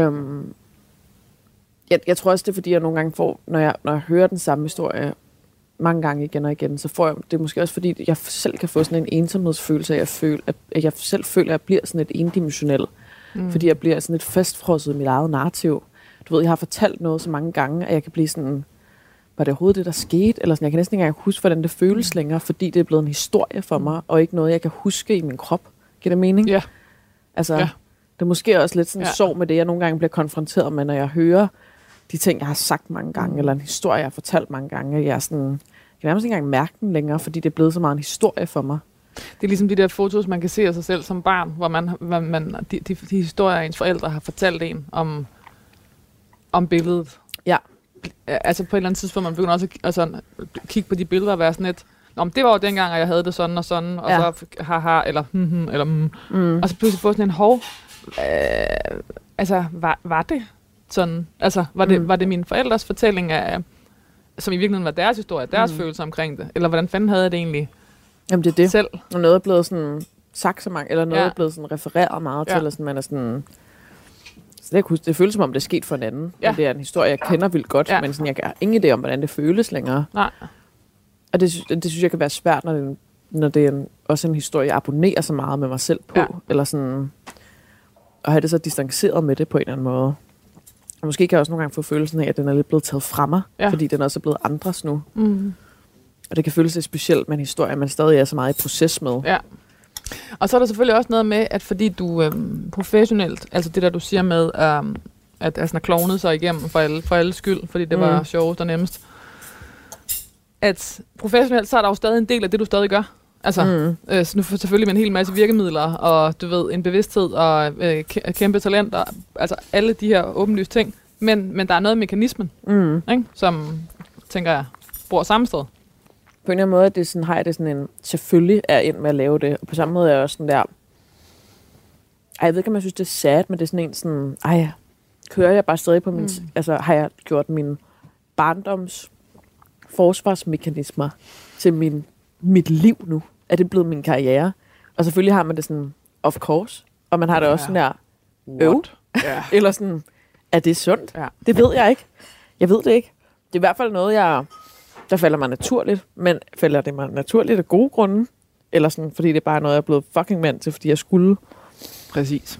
Øhm, Jeg, jeg tror også, det er, fordi jeg nogle gange får, når jeg, når jeg hører den samme historie mange gange igen og igen, så får jeg, det er måske også fordi, jeg selv kan få sådan en ensomhedsfølelse af, at jeg, føler, at jeg selv føler, at jeg bliver sådan et endimensionel. Mm. Fordi jeg bliver sådan et fastfrosset i mit eget narrativ. Du ved, jeg har fortalt noget så mange gange, at jeg kan blive sådan, var det overhovedet det, der skete? Eller sådan, jeg kan næsten ikke engang huske, hvordan det føles længere, fordi det er blevet en historie for mig, og ikke noget, jeg kan huske i min krop. Giver det mening? Ja. Altså, ja. det er måske også lidt sådan ja. sorg med det, jeg nogle gange bliver konfronteret med, når jeg hører de ting, jeg har sagt mange gange, mm. eller en historie, jeg har fortalt mange gange. Jeg er sådan, jeg kan nærmest ikke engang mærke den længere, fordi det er blevet så meget en historie for mig. Det er ligesom de der fotos, man kan se af sig selv som barn, hvor man, man, man de, de, de historier, ens forældre har fortalt en om, om billedet. Ja. Altså på et eller andet tidspunkt, man begynder også at altså, kigge på de billeder og være sådan lidt, Nå, men det var jo dengang, at jeg havde det sådan og sådan, og ja. så haha, eller hmm, eller mm. mm. Og så pludselig få sådan en hov. Øh, altså, var, var det sådan? Altså, var det, mm. var det mine forældres fortælling af, som i virkeligheden var deres historie, deres mm. følelser omkring det? Eller hvordan fanden havde jeg det egentlig? Jamen det er det. Selv? Og noget er blevet sådan sagt så mange, eller noget ja. er blevet sådan refereret meget ja. til, eller sådan, man er sådan... Så det, kunne, det føles som om, det er sket for en anden. Ja. Men det er en historie, jeg kender vildt godt, ja. men sådan, jeg har ingen idé om, hvordan det føles længere. Nej. Og det, det synes jeg kan være svært, når det, når det er en, også en historie, jeg abonnerer så meget med mig selv på. Ja. Eller sådan... Og have det så distanceret med det på en eller anden måde. Og måske kan jeg også nogle gange få følelsen af, at den er lidt blevet taget fra mig, ja. fordi den også er blevet andres nu. Mm. Og det kan føles lidt specielt med en historie, man stadig er så meget i proces med. Ja. Og så er der selvfølgelig også noget med, at fordi du øhm, professionelt, altså det der du siger med, øhm, at Asna klovnede sig igennem for alle, for alle skyld, fordi det mm. var sjovest og nemmest, at professionelt, så er der jo stadig en del af det, du stadig gør. Altså, mm. øh, så nu får selvfølgelig med en hel masse virkemidler, og du ved, en bevidsthed, og øh, kæmpe talent, og altså alle de her åbenlyse ting. Men, men der er noget i mekanismen, mm. ikke? Som, tænker jeg, bor samme sted. På en eller anden måde, det sådan, har jeg det sådan en, selvfølgelig er ind med at lave det, og på samme måde er jeg også sådan der, ej, jeg ved ikke, om jeg synes, det er sad, men det er sådan en sådan, ej, kører jeg bare stadig på min, mm. altså har jeg gjort min barndoms forsvarsmekanismer til min, mit liv nu? Er det blevet min karriere? Og selvfølgelig har man det sådan, of course, og man har det også sådan der, øv, yeah. eller sådan, er det sundt? Yeah. Det ved jeg ikke. Jeg ved det ikke. Det er i hvert fald noget, jeg... Der falder mig naturligt, men falder det mig naturligt af gode grunde? Eller sådan, fordi det er bare noget, jeg er blevet fucking mand til, fordi jeg skulle? Præcis.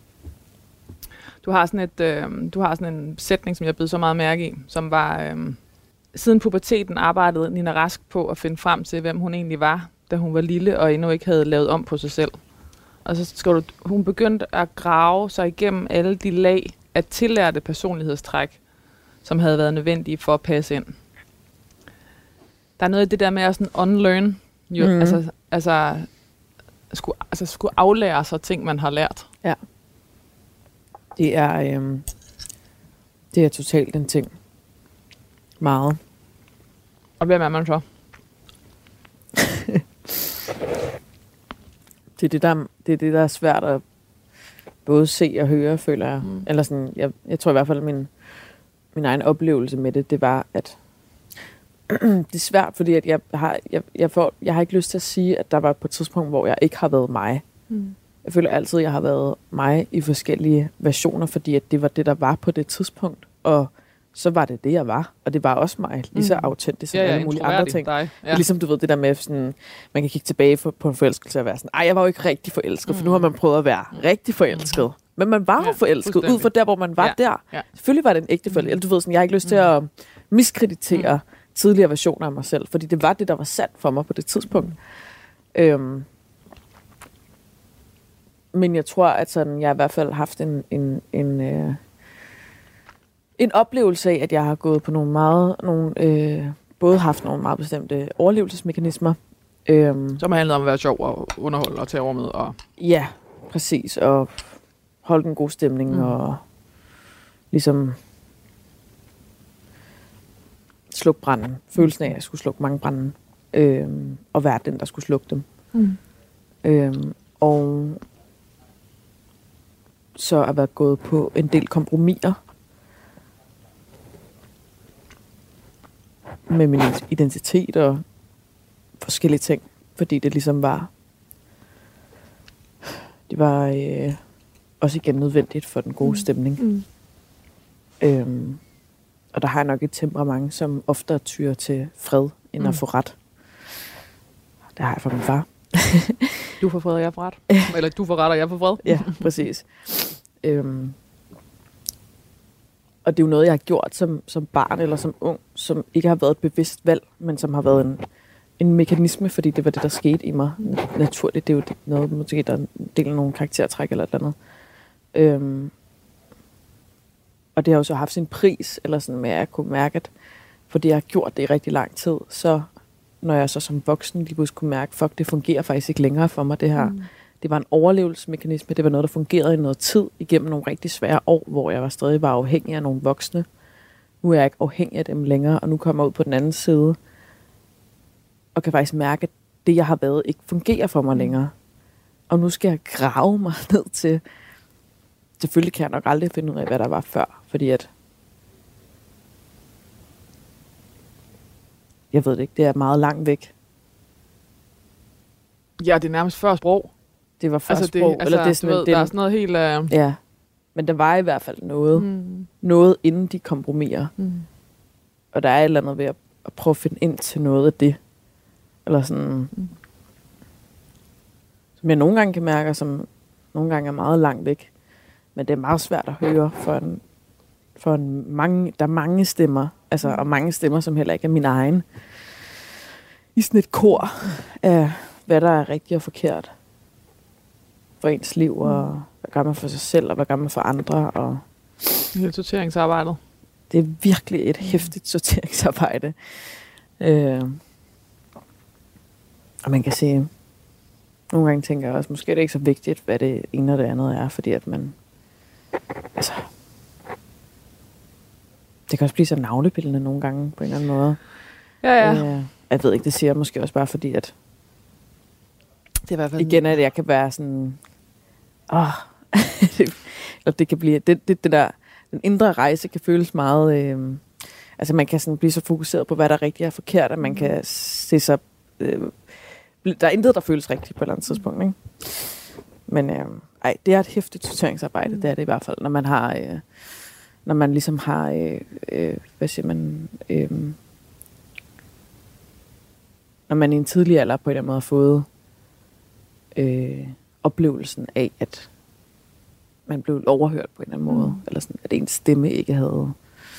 Du har sådan, et, øh, du har sådan en sætning, som jeg blev så meget mærke i, som var, øh, siden puberteten arbejdede Nina Rask på at finde frem til, hvem hun egentlig var, da hun var lille og endnu ikke havde lavet om på sig selv. Og så skal du, hun begyndte at grave sig igennem alle de lag af tillærte personlighedstræk, som havde været nødvendige for at passe ind. Der er noget af det der med at sådan unlearn, jo, mm. altså, altså, skulle, altså skulle aflære sig ting, man har lært. Ja. Det er, øhm, det er totalt en ting. Meget. Og hvem er man så? det, er det, der, det er det, der er svært at både se og høre, føler jeg. Mm. Eller sådan, jeg, jeg tror i hvert fald, at min, min egen oplevelse med det, det var, at det er svært, fordi at jeg, har, jeg, jeg, får, jeg har ikke lyst til at sige, at der var på et tidspunkt, hvor jeg ikke har været mig. Mm. Jeg føler altid, at jeg har været mig i forskellige versioner, fordi at det var det, der var på det tidspunkt. Og så var det det, jeg var. Og det var også mig, lige så autentisk som ja, ja, alle mulige andre ting. Ja. Ligesom du ved, det der med, sådan, man kan kigge tilbage for, på en forelskelse og være sådan, ej, jeg var jo ikke rigtig forelsket, mm. for nu har man prøvet at være mm. rigtig forelsket. Mm. Men man var jo ja, forelsket, ud fra der, hvor man var ja. der. Ja. Selvfølgelig var det en ægte forelskelse. Mm. Du ved, sådan, jeg har ikke lyst mm. til at miskreditere mm. tidligere versioner af mig selv, fordi det var det, der var sandt for mig på det tidspunkt. Mm. Øhm, men jeg tror, at sådan, jeg i hvert fald har haft en, en, en, øh, en oplevelse af, at jeg har gået på nogle meget, nogle, øh, både haft nogle meget bestemte overlevelsesmekanismer. Øhm, Som handler om at være sjov og underholde og tage over med. Og ja, præcis. Og holde en god stemning mm. og ligesom slukke branden. Følelsen af, at jeg skulle slukke mange branden. Øhm, og være den, der skulle slukke dem. Mm. Øhm, og så at være gået på en del kompromiser med min identitet og forskellige ting. Fordi det ligesom var det var øh, også igen nødvendigt for den gode mm. stemning. Mm. Øhm, og der har jeg nok et temperament, som ofte tyrer til fred end Mm. at få ret. Det har jeg fra min far. Du får fred, og jeg får ret. Eller du får ret, og jeg får fred. Ja, præcis. øhm. Og det er jo noget, jeg har gjort som, som barn eller som ung, som ikke har været et bevidst valg, men som har været en, en mekanisme, fordi det var det, der skete i mig naturligt. Det er jo det, noget, måske der er en del af nogle karaktertræk eller et eller andet. Øhm. Og det har jo så haft sin pris, eller sådan med at kunne mærke, at fordi jeg har gjort det i rigtig lang tid, så når jeg så som voksen lige pludselig kunne mærke, fuck, det fungerer faktisk ikke længere for mig, det her. Mm. Det var en overlevelsesmekanisme, det var noget, der fungerede i noget tid, igennem nogle rigtig svære år, hvor jeg var stadig var afhængig af nogle voksne. Nu er jeg ikke afhængig af dem længere, og nu kommer jeg ud på den anden side, og kan faktisk mærke, at det, jeg har været, ikke fungerer for mig længere. Og nu skal jeg grave mig ned til, selvfølgelig kan jeg nok aldrig finde ud af, hvad der var før, fordi at jeg ved det ikke, det er meget langt væk. Ja, det er nærmest før sprog. Det var før Altså, det, sprog. altså, eller det er sådan, ved, det, der er sådan noget helt... Uh... Ja, men der var i hvert fald noget. Mm. Noget inden de kompromiser. Mm. Og der er et eller andet ved at, at prøve at finde ind til noget af det. Eller sådan... Mm. Som jeg nogle gange kan mærke, som nogle gange er meget langt væk. Men det er meget svært at høre for en... For en mange, der er mange stemmer. Altså, og mange stemmer, som heller ikke er min egen. I sådan et kor af, hvad der er rigtigt og forkert for ens liv, og hvad gør man for sig selv, og hvad gør man for andre. Og Hele sorteringsarbejdet. det er virkelig et hæftigt sorteringsarbejde. Øh. Og man kan sige, nogle gange tænker jeg også, måske er det ikke så vigtigt, hvad det ene og det andet er, fordi at man, altså, det kan også blive så navlebildende nogle gange, på en eller anden måde. Ja, ja. Øh, jeg ved ikke, det siger jeg måske også bare fordi, at Det er i hvert fald... igen, at jeg kan være sådan, åh, eller det kan blive, det, det, det der, den indre rejse kan føles meget, øh, altså man kan sådan blive så fokuseret på, hvad der er rigtigt og forkert, at man kan se sig, øh, der er intet, der føles rigtigt på et eller andet tidspunkt, ikke? Men øh, ej, det er et hæftigt sorteringsarbejde, mm. det er det i hvert fald, når man har, øh, når man ligesom har, øh, øh, hvad siger man, øh, når man i en tidlig alder på en eller anden måde har fået øh, oplevelsen af, at man blev overhørt på en eller anden måde, mm. eller sådan, at ens stemme ikke havde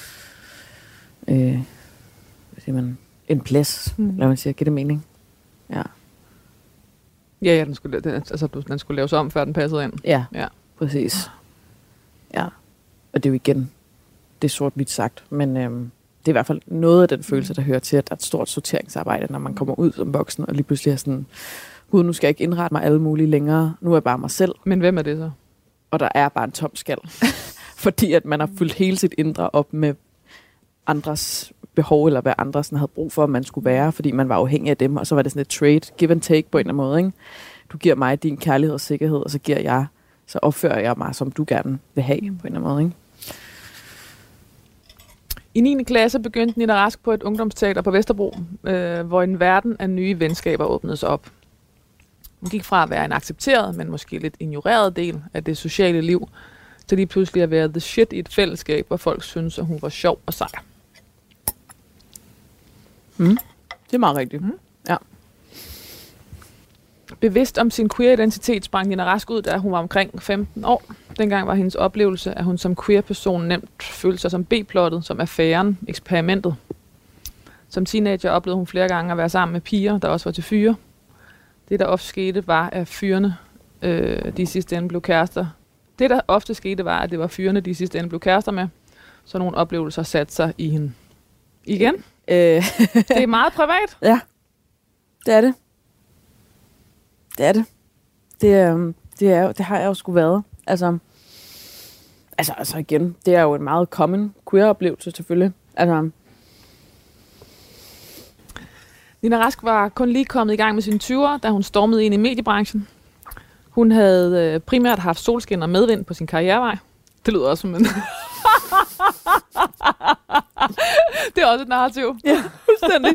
øh, hvad siger man, en plads, mm. lad man sige, giver det mening? Ja. Ja, ja, den skulle, den, altså, den skulle laves om, før den passede ind. Ja, Ja. præcis. Ja, og det er jo igen, det er sort-hvidt sagt, men øh, det er i hvert fald noget af den følelse, der hører til, at der er et stort sorteringsarbejde, når man kommer ud som voksen, og lige pludselig er sådan, gud, nu skal jeg ikke indrette mig alle mulige længere, nu er jeg bare mig selv. Men hvem er det så? Og der er bare en tom skal. Fordi at man har fyldt hele sit indre op med andres behov, eller hvad andre sådan havde brug for, at man skulle være, fordi man var afhængig af dem, og så var det sådan et trade, give and take på en eller anden måde, ikke? Du giver mig din kærlighed og sikkerhed, og så giver jeg, så opfører jeg mig, som du gerne vil have, på en eller anden måde, ikke? I niende klasse begyndte Nina Rask på et ungdomsteater på Vesterbro, øh, hvor en verden af nye venskaber åbnedes op. Hun gik fra at være en accepteret, men måske lidt ignoreret del af det sociale liv, til lige pludselig at være the shit i et fællesskab, hvor folk synes, at hun var sjov og sej. Mm. Det er meget rigtigt. Mm. Ja. Bevidst om sin queer-identitet sprang Nina Rask ud, da hun var omkring femten år. Dengang var hendes oplevelse, at hun som queer-person nemt følte sig som B-plottet, som affæren, eksperimentet. Som teenager oplevede hun flere gange at være sammen med piger, der også var til fyre. Det, der ofte skete, var, at fyrene, øh, de sidste ende blev kærester. Det, der ofte skete, var, at det var fyrene, de sidste ende blev kærester med. Så nogle oplevelser satte sig i hende. Igen? Øh. Det er meget privat. Ja, det er det. Det er det. Det, er, det, er, det har jeg jo sgu været. Altså, altså, altså igen, det er jo en meget common queer-oplevelse selvfølgelig. Altså, Nina Rask var kun lige kommet i gang med sine tyvere, da hun stormede ind i mediebranchen. Hun havde øh, primært haft solskin og medvind på sin karrierevej. Det lyder også som en... Det er også et narrativ. Ja, fuldstændig.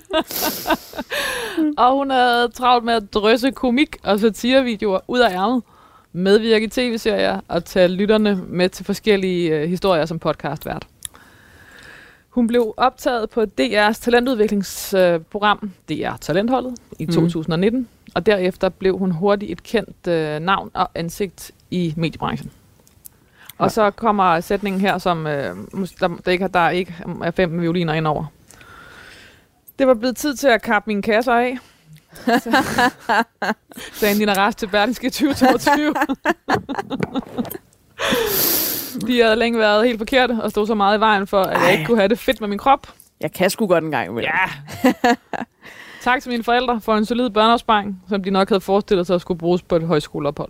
Og hun havde travlt med at drysse komik og satirevideoer ud af ærmet, medvirke i tv-serier og tage lytterne med til forskellige øh, historier som podcastvært. Hun blev optaget på D R's talentudviklingsprogram, D R Talentholdet, i to tusind nitten. Mm. Og derefter blev hun hurtigt et kendt øh, navn og ansigt i mediebranchen. Ja. Og så kommer sætningen her, som øh, der, der, ikke, der ikke er fem violiner indover. Det var blevet tid til at kappe mine kasser af, sagde Nina Rask til Berlingske tyve toogtyve. De havde længe været helt forkerte og stod så meget i vejen for, at Ej. jeg ikke kunne have det fedt med min krop. Jeg kan sgu godt en gang imellem. Ja. Tak til mine forældre for en solid børneopsparing, som de nok havde forestillet sig at skulle bruges på et højskoleophold.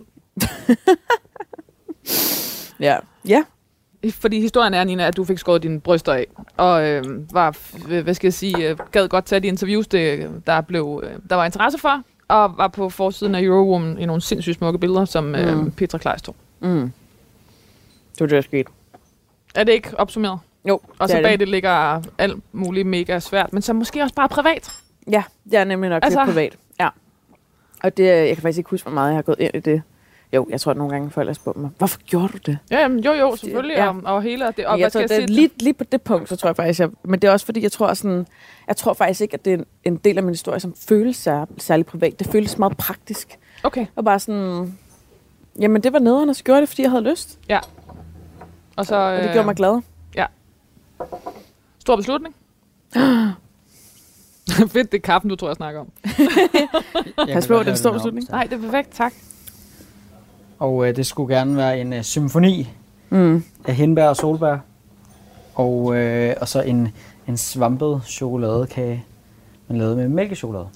Ja. Ja. Fordi historien er, Nina, at du fik skåret dine bryster af, og øh, var, hvad skal jeg sige, øh, gad godt tage de interviews, det, der, blev, øh, der var interesse for, og var på forsiden af Eurowoman i nogle sindssygt smukke billeder, som øh, mm. Petra Kleist tog. Mm. Det var det, der skete. Er det ikke opsummeret? Jo, og så bag det. det ligger alt muligt mega svært, men så måske også bare privat. Ja, det er nemlig nok altså, lidt privat. Ja. Og det, jeg kan faktisk ikke huske, hvor meget jeg har gået ind i det. Jo, jeg tror, at nogle gange folk har spurgt mig, hvorfor gjorde du det? Ja, jamen, jo, jo, selvfølgelig, ja. og, og hele det. Og jeg tror, det er lige, lige på det punkt, så tror jeg faktisk, jeg, men det er også fordi, jeg tror, sådan, jeg tror faktisk ikke, at det er en, en del af min historie, som føles sær, særlig privat. Det føles meget praktisk. Okay. Og bare sådan, jamen det var nederen, og så gjorde det, fordi jeg havde lyst. Ja. Og, så, og det gjorde mig glad. Ja. Stor beslutning. Fedt, det er kaffen, du tror, jeg snakker om. Pas på, det er en stor beslutning. Nej, det er perfekt, tak. Og øh, det skulle gerne være en øh, symfoni mm. af hindbær og solbær. Og, øh, og så en, en svampet chokoladekage, man lavede med mælkechokolade.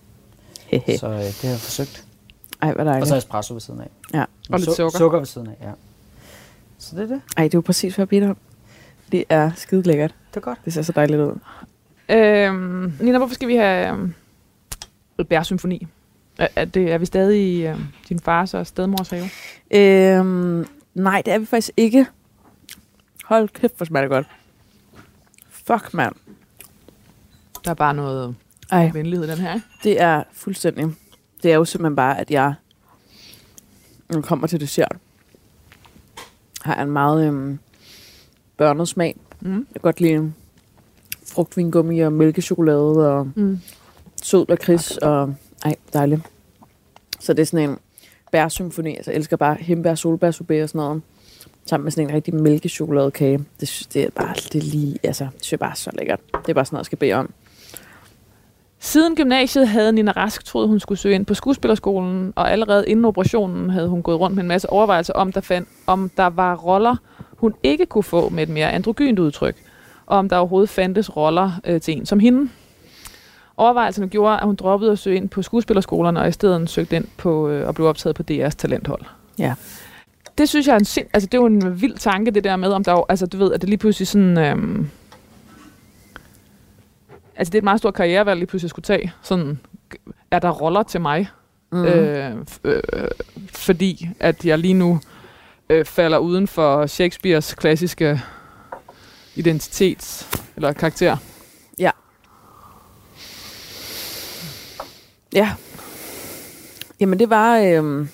Så øh, det har jeg forsøgt. Ej, hvad dejligt. Og så espresso ved siden af. Ja. Og lidt sukker. Sukker ved siden af, ja. Så det er det. Ej, det er jo præcis, hvad jeg bider om. Det er skide lækkert. Det er godt. Det ser så dejligt ud. Øhm, Nina, hvorfor skal vi have øh, bærsymfoni? Er, er, det, er vi stadig i øh, din fars og stedmors have? Øhm, nej, det er vi faktisk ikke. Hold kæft, hvor smager det godt. Fuck, mand. Der er bare noget Ej. venlighed i den her, ikke? Det er fuldstændig. Det er jo simpelthen bare, at jeg, når jeg kommer til dessert, har en meget øhm, børnet smag. Mm. Jeg kan godt lide frugtvingummi og mælkechokolade og mm. sød lakrids og ej, dejligt. Så det er sådan en bærsymfoni. Altså, jeg elsker bare hindbær, solbær, sorbet og sådan noget. Sammen med sådan en rigtig mælkechokoladekage. Det, det er bare det er lige, altså, det er bare så lækkert. Det er bare sådan noget, jeg skal bede om. Siden gymnasiet havde Nina Rask troet, hun skulle søge ind på skuespillerskolen, og allerede inden operationen havde hun gået rundt med en masse overvejelser om, der, fandt, om der var roller, hun ikke kunne få med et mere androgynt udtryk, og om der overhovedet fandtes roller øh, til en som hende. Overvejelserne gjorde, at hun droppede at søge ind på skuespillerskolerne, og i stedet søgte ind på øh, og blev optaget på D R's talenthold. Ja. Det synes jeg er en sind, altså det er jo en vild tanke, det der med, om der jo, altså du ved, at det lige pludselig sådan, øhm, altså det er et meget stort karrierevalg lige pludselig skulle tage, sådan, er der roller til mig? Mm. Øh, øh, fordi at jeg lige nu øh, falder uden for Shakespeares klassiske identitet, eller karakter. Ja. Ja. Jamen det var øh,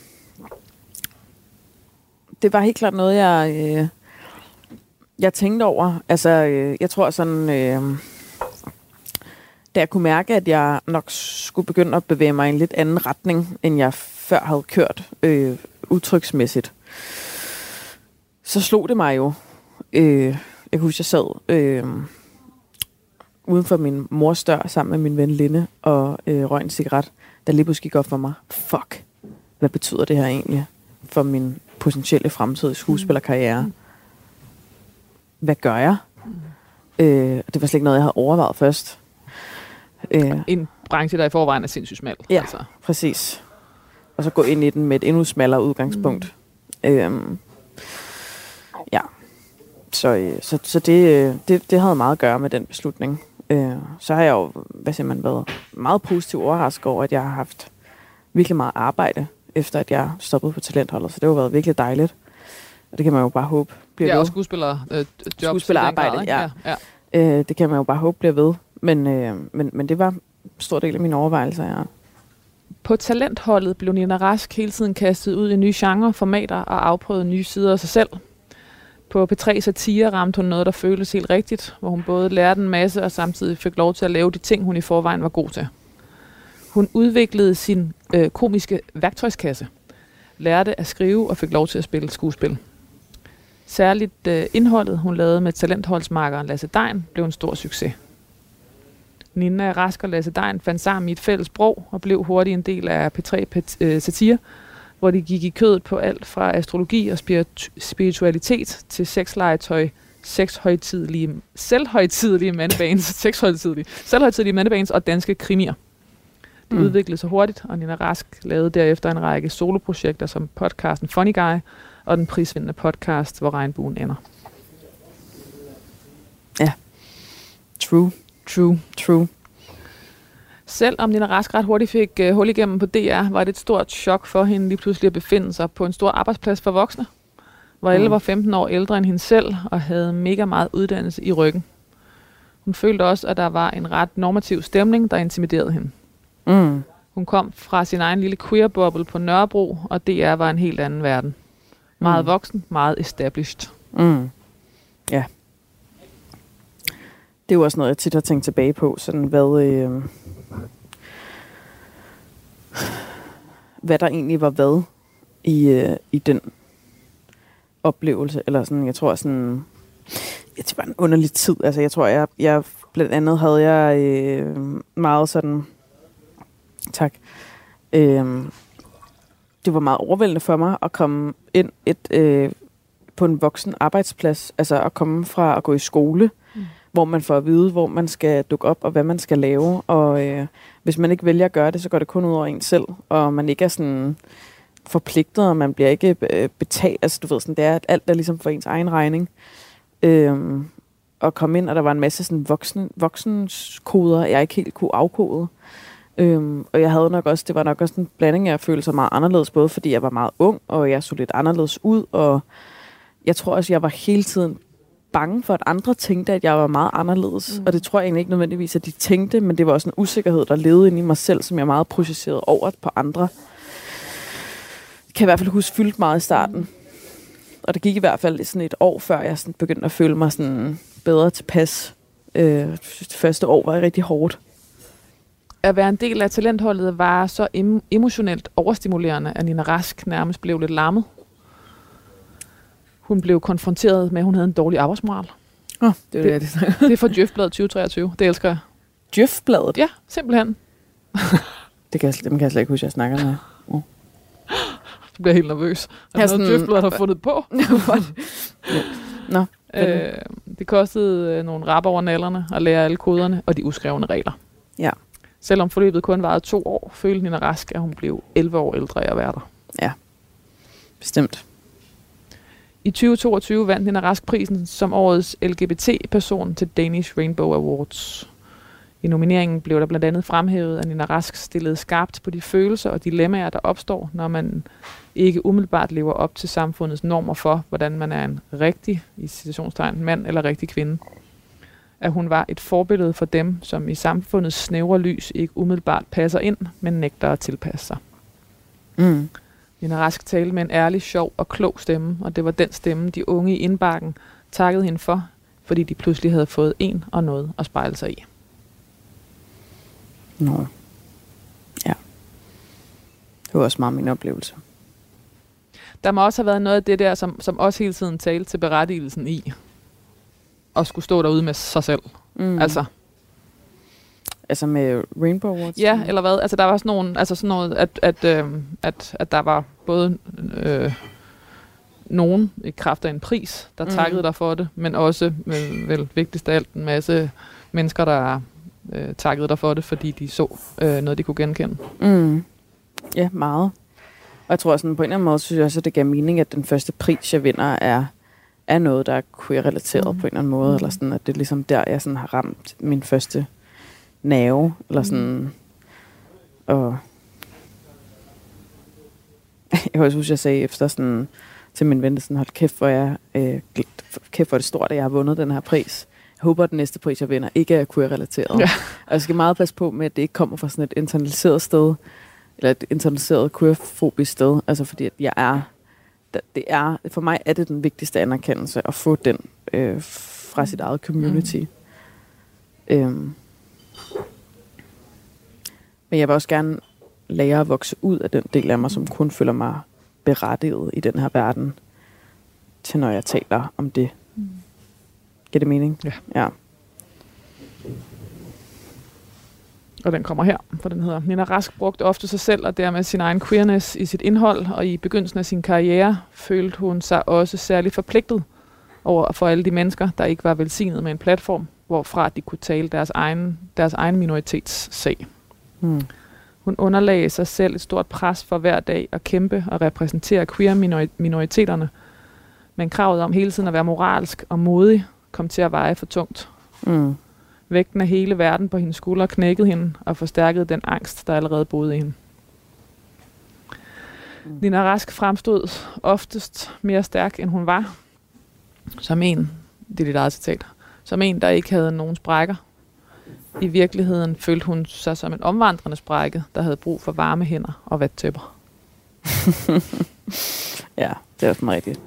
det var helt klart noget jeg øh, jeg tænkte over. Altså øh, jeg tror sådan øh, da jeg kunne mærke at jeg nok skulle begynde at bevæge mig i en lidt anden retning end jeg før havde kørt øh, udtryksmæssigt. Så slog det mig jo. Øh, jeg kan huske jeg sad øh, uden for min mors dør sammen med min ven Linde og øh, røg en cigaret, der lige pludselig gik op for mig. Fuck, hvad betyder det her egentlig for min potentielle fremtidige skuespillerkarriere? Hvad gør jeg? Øh, det var slet ikke noget, jeg havde overvejet først. Øh. En branche, der i forvejen er sindssygt smal. Ja, altså. Præcis. Og så gå ind i den med et endnu smallere udgangspunkt. Mm. Øh, ja. Så, så, så det, det, det havde meget at gøre med den beslutning. Øh, så har jeg jo hvad siger man, været meget positiv overrasket over, at jeg har haft virkelig meget arbejde, efter at jeg stoppede på talentholdet. Så det har været virkelig dejligt. Og det kan man jo bare håbe bliver ja, ved. Og skuespiller, øh, job skuespillerarbejde, grad, ja. ja, ja. Øh, det kan man jo bare håbe bliver ved. Men, øh, men, men det var en stor del af mine overvejelser, ja. På talentholdet blev Nina Rask hele tiden kastet ud i nye genre, formater og afprøvet nye sider af sig selv. På P tre Satire ramte hun noget, der føltes helt rigtigt, hvor hun både lærte en masse og samtidig fik lov til at lave de ting, hun i forvejen var god til. Hun udviklede sin øh, komiske værktøjskasse, lærte at skrive og fik lov til at spille skuespil. Særligt øh, indholdet, hun lavede med talentholdsmarkeren Lasse Degn, blev en stor succes. Nina Rask og Lasse Degn fandt sammen i et fælles sprog og blev hurtigt en del af P tre Satire, hvor de gik i kødet på alt fra astrologi og spiritualitet til sexlegetøj, sexhøjtidelige, selvhøjtidelige mandebands, sexhøjtidelige, selvhøjtidelige mandebands og danske krimier. Det mm. udviklede sig hurtigt, og Nina Rask lavede derefter en række soloprojekter som podcasten Funny Guy og den prisvindende podcast, Hvor regnbuen ender. Ja. True, true, true. Selvom Nina Rask ret hurtigt fik uh, hul igennem på D R, var det et stort chok for hende lige pludselig at befinde sig på en stor arbejdsplads for voksne, hvor alle var femten år ældre end hende selv og havde mega meget uddannelse i ryggen. Hun følte også, at der var en ret normativ stemning, der intimiderede hende. Mm. Hun kom fra sin egen lille queer-boble på Nørrebro, og D R var en helt anden verden. Meget mm. voksen, meget established. Mm. Ja. Det er jo også noget, jeg tit har tænkt tilbage på, sådan hvad... Øh hvad der egentlig var hvad i, øh, i den oplevelse, eller sådan, jeg tror sådan, det var en underlig tid, altså jeg tror, jeg, jeg blandt andet havde jeg øh, meget sådan, tak, øh, det var meget overvældende for mig at komme ind et, øh, på en voksen arbejdsplads, altså at komme fra at gå i skole, mm. hvor man får at vide, hvor man skal dukke op, og hvad man skal lave. Og øh, hvis man ikke vælger at gøre det, så går det kun ud over en selv. Og man ikke er sådan forpligtet, og man bliver ikke øh, betalt. Altså du ved, sådan, det er, at alt er ligesom for ens egen regning. Øh, og komme ind, og der var en masse sådan voksne, voksenskoder, jeg ikke helt kunne afkode. Øh, og jeg havde nok også, det var nok også en blanding af at føle sig meget anderledes, både fordi jeg var meget ung, og jeg så lidt anderledes ud, og jeg tror også, jeg var hele tiden bange for, at andre tænkte, at jeg var meget anderledes. Mm. Og det tror jeg egentlig ikke nødvendigvis, at de tænkte, men det var også en usikkerhed, der levede inde i mig selv, som jeg meget projicerede over på andre. Det kan jeg i hvert fald huske fyldt meget i starten. Mm. Og det gik i hvert fald sådan et år, før jeg sådan begyndte at føle mig sådan bedre tilpas. Øh, det første år var rigtig hårdt. At være en del af talentholdet var så em- emotionelt overstimulerende, at Nina Rask nærmest blev lidt lammet. Hun blev konfronteret med, at hun havde en dårlig arbejdsmoral. Oh, det, er det, det, det. det er fra Djøf-bladet tyve treogtyve. Det elsker jeg. Djøf-bladet? Ja, simpelthen. det kan jeg, dem kan jeg slet ikke huske, jeg snakker med. Oh. Du bliver helt nervøs. Er der noget, Djøf-bladet har fundet på? ja. Nå. Øh, det kostede øh, nogle rap over nallerne at lære alle koderne og de uskrevne regler. Ja. Selvom forløbet kun varede to år, følte Nina Rask, at hun blev elleve år ældre af at være der. Ja, bestemt. I tyve toogtyve vandt Nina Rask prisen som årets L G B T-person til Danish Rainbow Awards. I nomineringen blev der blandt andet fremhævet, at Nina Rask stillede skarpt på de følelser og dilemmaer, der opstår, når man ikke umiddelbart lever op til samfundets normer for, hvordan man er en rigtig, i citationstegn, mand eller rigtig kvinde. At hun var et forbillede for dem, som i samfundets snævre lys ikke umiddelbart passer ind, men nægter at tilpasse sig. Mm. Nina Rask talte med en ærlig, sjov og klog stemme, og det var den stemme, de unge i indbakken takkede hende for, fordi de pludselig havde fået en og noget at spejle sig i. Nå. Ja. Det var også meget min oplevelse. Der må også have været noget af det der, som, som også hele tiden talte til berettigelsen i at skulle stå derude med sig selv. Mm. Altså. Altså med Rainbow Awards? Ja, eller hvad? Altså der var sådan nogle, altså sådan noget, at, at, øh, at, at der var både øh, nogen i kraft af en pris, der mm. takkede dig for det, men også, vel, vel vigtigst af alt, en masse mennesker, der øh, takkede dig for det, fordi de så øh, noget, de kunne genkende. Mm. Ja, meget. Og jeg tror sådan, på en eller anden måde, synes jeg også, at det gav mening, at den første pris, jeg vinder, er, er noget, der er queer-relateret mm. på en eller anden måde, mm. eller sådan, at det er ligesom der, jeg sådan har ramt min første nerve, eller sådan, mm. og jeg kan også huske, jeg sagde efter sådan, til min ven, sådan, hold kæft, hvor jeg, øh, kæft, hvor det stort, at jeg har vundet den her pris. Jeg håber, at den næste pris, jeg vinder, ikke er queer-relateret. Ja. Og jeg skal meget passe på med, at det ikke kommer fra sådan et internaliseret sted, eller et internaliseret queerfobisk sted, altså fordi at jeg er det er, for mig er det den vigtigste anerkendelse, at få den øh, fra sit eget community. Mm. Øhm. Men jeg vil også gerne lære at vokse ud af den del af mig, som kun føler mig berettiget i den her verden, til når jeg taler om det. Mm. Giver det mening? Ja. Ja. Og den kommer her, for den hedder: Nina Rask brugte ofte sig selv og dermed sin egen queerness i sit indhold, og i begyndelsen af sin karriere følte hun sig også særligt forpligtet over for alle de mennesker, der ikke var velsignet med en platform, hvorfra de kunne tale deres egen, deres egen minoritets sag. Hmm. Hun underlagde sig selv et stort pres for hver dag at kæmpe og repræsentere queer-minoriteterne, men kravet om hele tiden at være moralsk og modig kom til at veje for tungt. Mm. Vægten af hele verden på hendes skuldre knækkede hende og forstærkede den angst, der allerede boede i hende. Mm. Nina Rask fremstod oftest mere stærk, end hun var. Som en, det er dit eget citat, som en, der ikke havde nogen sprækker. I virkeligheden følte hun sig som en omvandrende sprække, der havde brug for varme hænder og vattæpper. Ja, det er også meget rigtigt.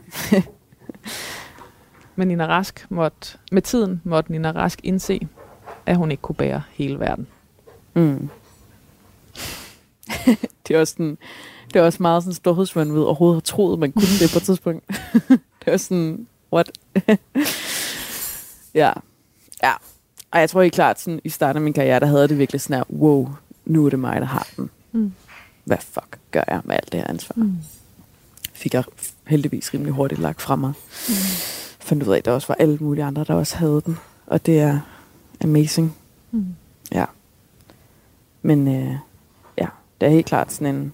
Men Nina Rask måtte, med tiden måtte Nina Rask indse, at hun ikke kunne bære hele verden. Mm. det, er også sådan, det er også meget sådan storhedsvanvid overhovedet har troet, man kunne det på et tidspunkt. det er sådan, what? ja. Ja. Og jeg tror helt klart, sådan, i starten af min karriere, der havde det virkelig sådan her, wow, nu er det mig, der har den. Mm. Hvad fuck gør jeg med alt det her ansvar? Mm. Fik jeg heldigvis rimelig hurtigt lagt fra mig. Mm. Fandt ud af, at der også var alle mulige andre, der også havde den. Og det er amazing. Mm. Ja. Men øh, ja, det er helt klart sådan en...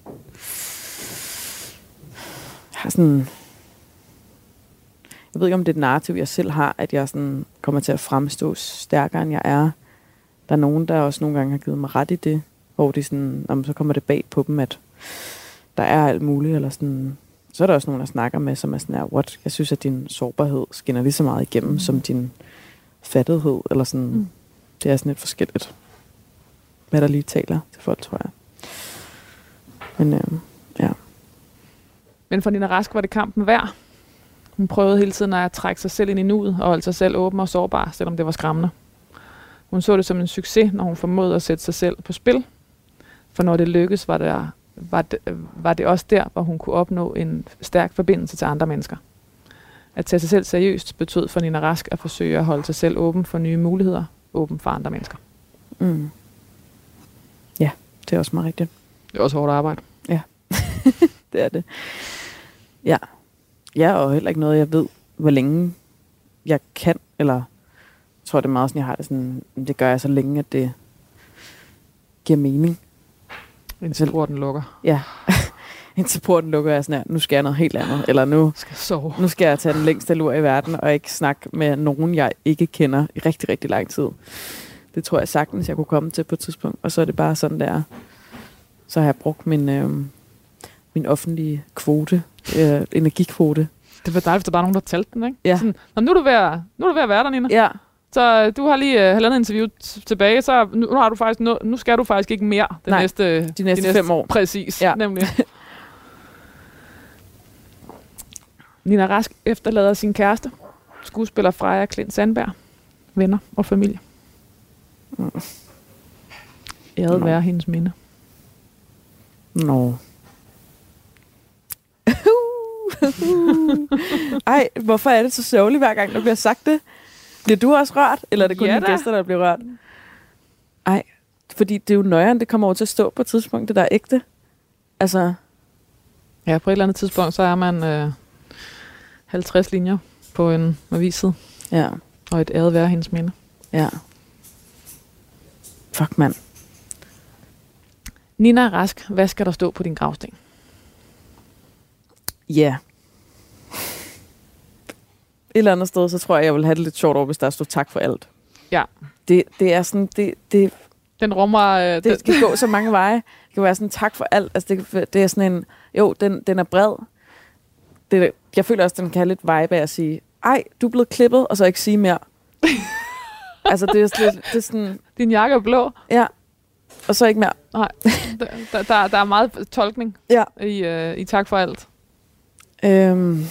Jeg har sådan... Jeg ved ikke, om det er et narrativ, jeg selv har, at jeg sådan kommer til at fremstå stærkere, end jeg er. Der er nogen, der også nogle gange har givet mig ret i det, hvor de sådan, om så kommer det bag på dem, at der er alt muligt, eller sådan... Så er der også nogen, der snakker med, som er sådan her, what? Jeg synes, at din sårbarhed skinner lige så meget igennem, mm. som din fattighed, eller sådan. Mm. Det er sådan lidt forskelligt, hvad der lige taler til folk, tror jeg. Men øh, ja. Men for Nina Rask var det kampen værd. Hun prøvede hele tiden at trække sig selv ind i nuet, og holde sig selv åben og sårbar, selvom det var skræmmende. Hun så det som en succes, når hun formåede at sætte sig selv på spil. For når det lykkedes, var der Var det, var det også der, hvor hun kunne opnå en stærk forbindelse til andre mennesker. At tage sig selv seriøst betød for Nina Rask at forsøge at holde sig selv åben for nye muligheder, åben for andre mennesker. Mm. Ja, det er også meget rigtigt. Det er også hårdt arbejde. Ja, det er det. Ja. Ja, og heller ikke noget, jeg ved, hvor længe jeg kan, eller jeg tror, det er meget sådan, jeg har det sådan, det gør jeg så længe, at det giver mening. Indtil porten lukker. Ja, indtil porten lukker jeg sådan her, nu skal jeg noget helt andet. Eller nu skal, sove. nu skal jeg tage den længste lur i verden, og ikke snakke med nogen, jeg ikke kender i rigtig, rigtig lang tid. Det tror jeg sagtens, jeg kunne komme til på et tidspunkt. Og så er det bare sådan, der. Så har jeg brugt min, øh, min offentlige kvote, øh, energikvote. Det var dejligt, hvis der bare er nogen, der talte den, ikke? Ja. Sådan, nu er du ved at, nu er du ved at være der, Nina. Ja. Så du har lige uh, halvandet interview t- tilbage, så nu, nu, har du faktisk no, nu skal du faktisk ikke mere den Nej, næste, de næste, de næste fem år. Præcis, ja. nemlig. Nina Rask efterlader sin kæreste, skuespiller Freja Klint Sandberg, venner og familie. Mm. Æret Nå. være hendes minde. Nå. Ej, hvorfor er det så sørgeligt, hver gang der bliver sagt det? Bliver du også rørt, eller er det kun ja, de gæster, der bliver rørt? Ej, fordi det er jo nøjeren, det kommer over til at stå på et tidspunkt, det der er ægte. Altså... Ja, på et eller andet tidspunkt, så er man øh, halvtreds linjer på en aviset. Ja. Og et æret være hendes minde. Ja. Fuck, mand. Nina Rask, hvad skal der stå på din gravsten? Ja. Yeah. Et eller andet sted, så tror jeg, jeg vil have det lidt sjovt over, hvis der stod tak for alt. Ja. Det, det er sådan, det, det, den rummer... Øh, det den. Kan gå så mange veje. Det kan være sådan, tak for alt. Altså, det, det er sådan en, jo, den, den er bred. Det, jeg føler også, den kan have lidt vibe af at sige, ej, du er blevet klippet, og så ikke sige mere. altså, det er, det, det er sådan... Din jakke er blå. Ja. Og så ikke mere. Nej, der, der, der er meget tolkning ja. i, øh, i tak for alt. Øhm,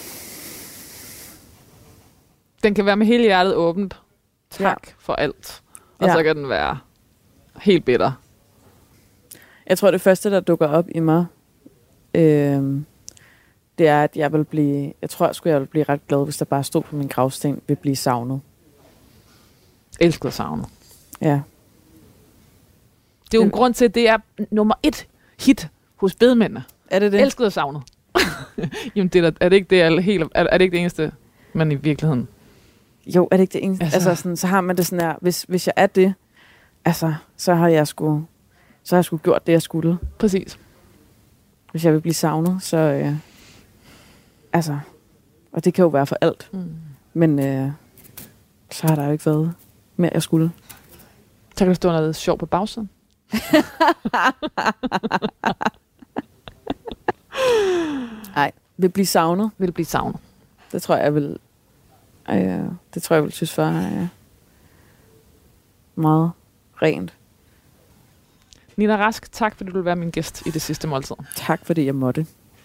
Den kan være med hele hjertet åbent. Tak Ja. for alt. Og Ja. så kan den være helt bitter. jeg tror, det første, der dukker op i mig, øhm, det er, at jeg vil blive... Jeg tror, sgu, jeg vil blive ret glad, hvis der bare stod på min gravsten, vil blive savnet. Elsker at savne. Ja. Det er jo en Det- grund til, at det er nummer et hit hos bedemændene. Er det det? Elsket og savnet. Jamen, det er, da- er det ikke det, er, helt, er, er det ikke det eneste, men i virkeligheden? Jo, er det ikke det eneste? Altså- Altså, altså sådan, så har man det sådan her, hvis, hvis jeg er det, altså, så har jeg sgu, så har jeg sgu gjort det, jeg skulle. Præcis. Hvis jeg vil blive savnet, så, øh, altså, og det kan jo være for alt. Mm. Men øh, så har der jo ikke været mere, jeg skulle. Så kan der stå noget sjov på bagsiden. Nej, vil blive savnet. Vil blive savnet. Det tror jeg, jeg vil, øh, det tror jeg, jeg vil synes var øh, meget rent. Nina Rask, tak fordi du vil være min gæst i Det Sidste Måltid. Tak, fordi jeg måtte.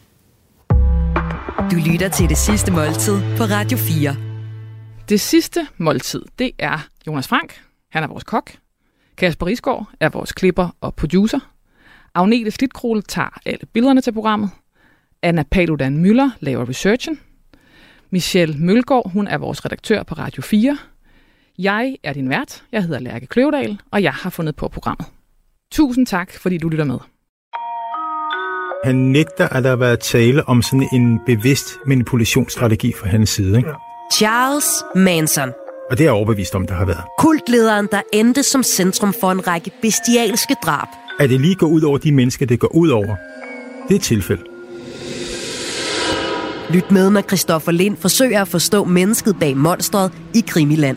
Du lytter til Det Sidste Måltid på Radio fire. Det Sidste Måltid, det er Jonas Frank. Han er vores kok. Kasper Risgaard er vores klipper og producer. Agnete Slidkrole tager alle billederne til programmet. Anna Paludan Møller laver researchen. Michelle Mølgaard, hun er vores redaktør på Radio fire. Jeg er din vært. Jeg hedder Lærke Kløvedal, og jeg har fundet på programmet. Tusind tak, fordi du lytter med. Han nægter, at der har været tale om sådan en bevidst manipulationsstrategi fra hans side. Ikke? Charles Manson. Og det er jeg overbevist om, der har været. Kultlederen, der endte som centrum for en række bestialske drab. At det lige går ud over de mennesker, det går ud over, det er et tilfælde. Lyt med, når Christoffer Lind forsøger at forstå mennesket bag monstret i Krimiland.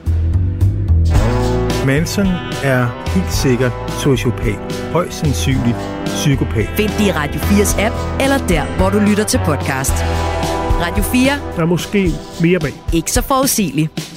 Manson er helt sikkert sociopat. Højst sandsynligt psykopat. Find det i Radio fires app, eller der, hvor du lytter til podcast. Radio fire. Der er måske mere bag. Ikke så forudsigeligt.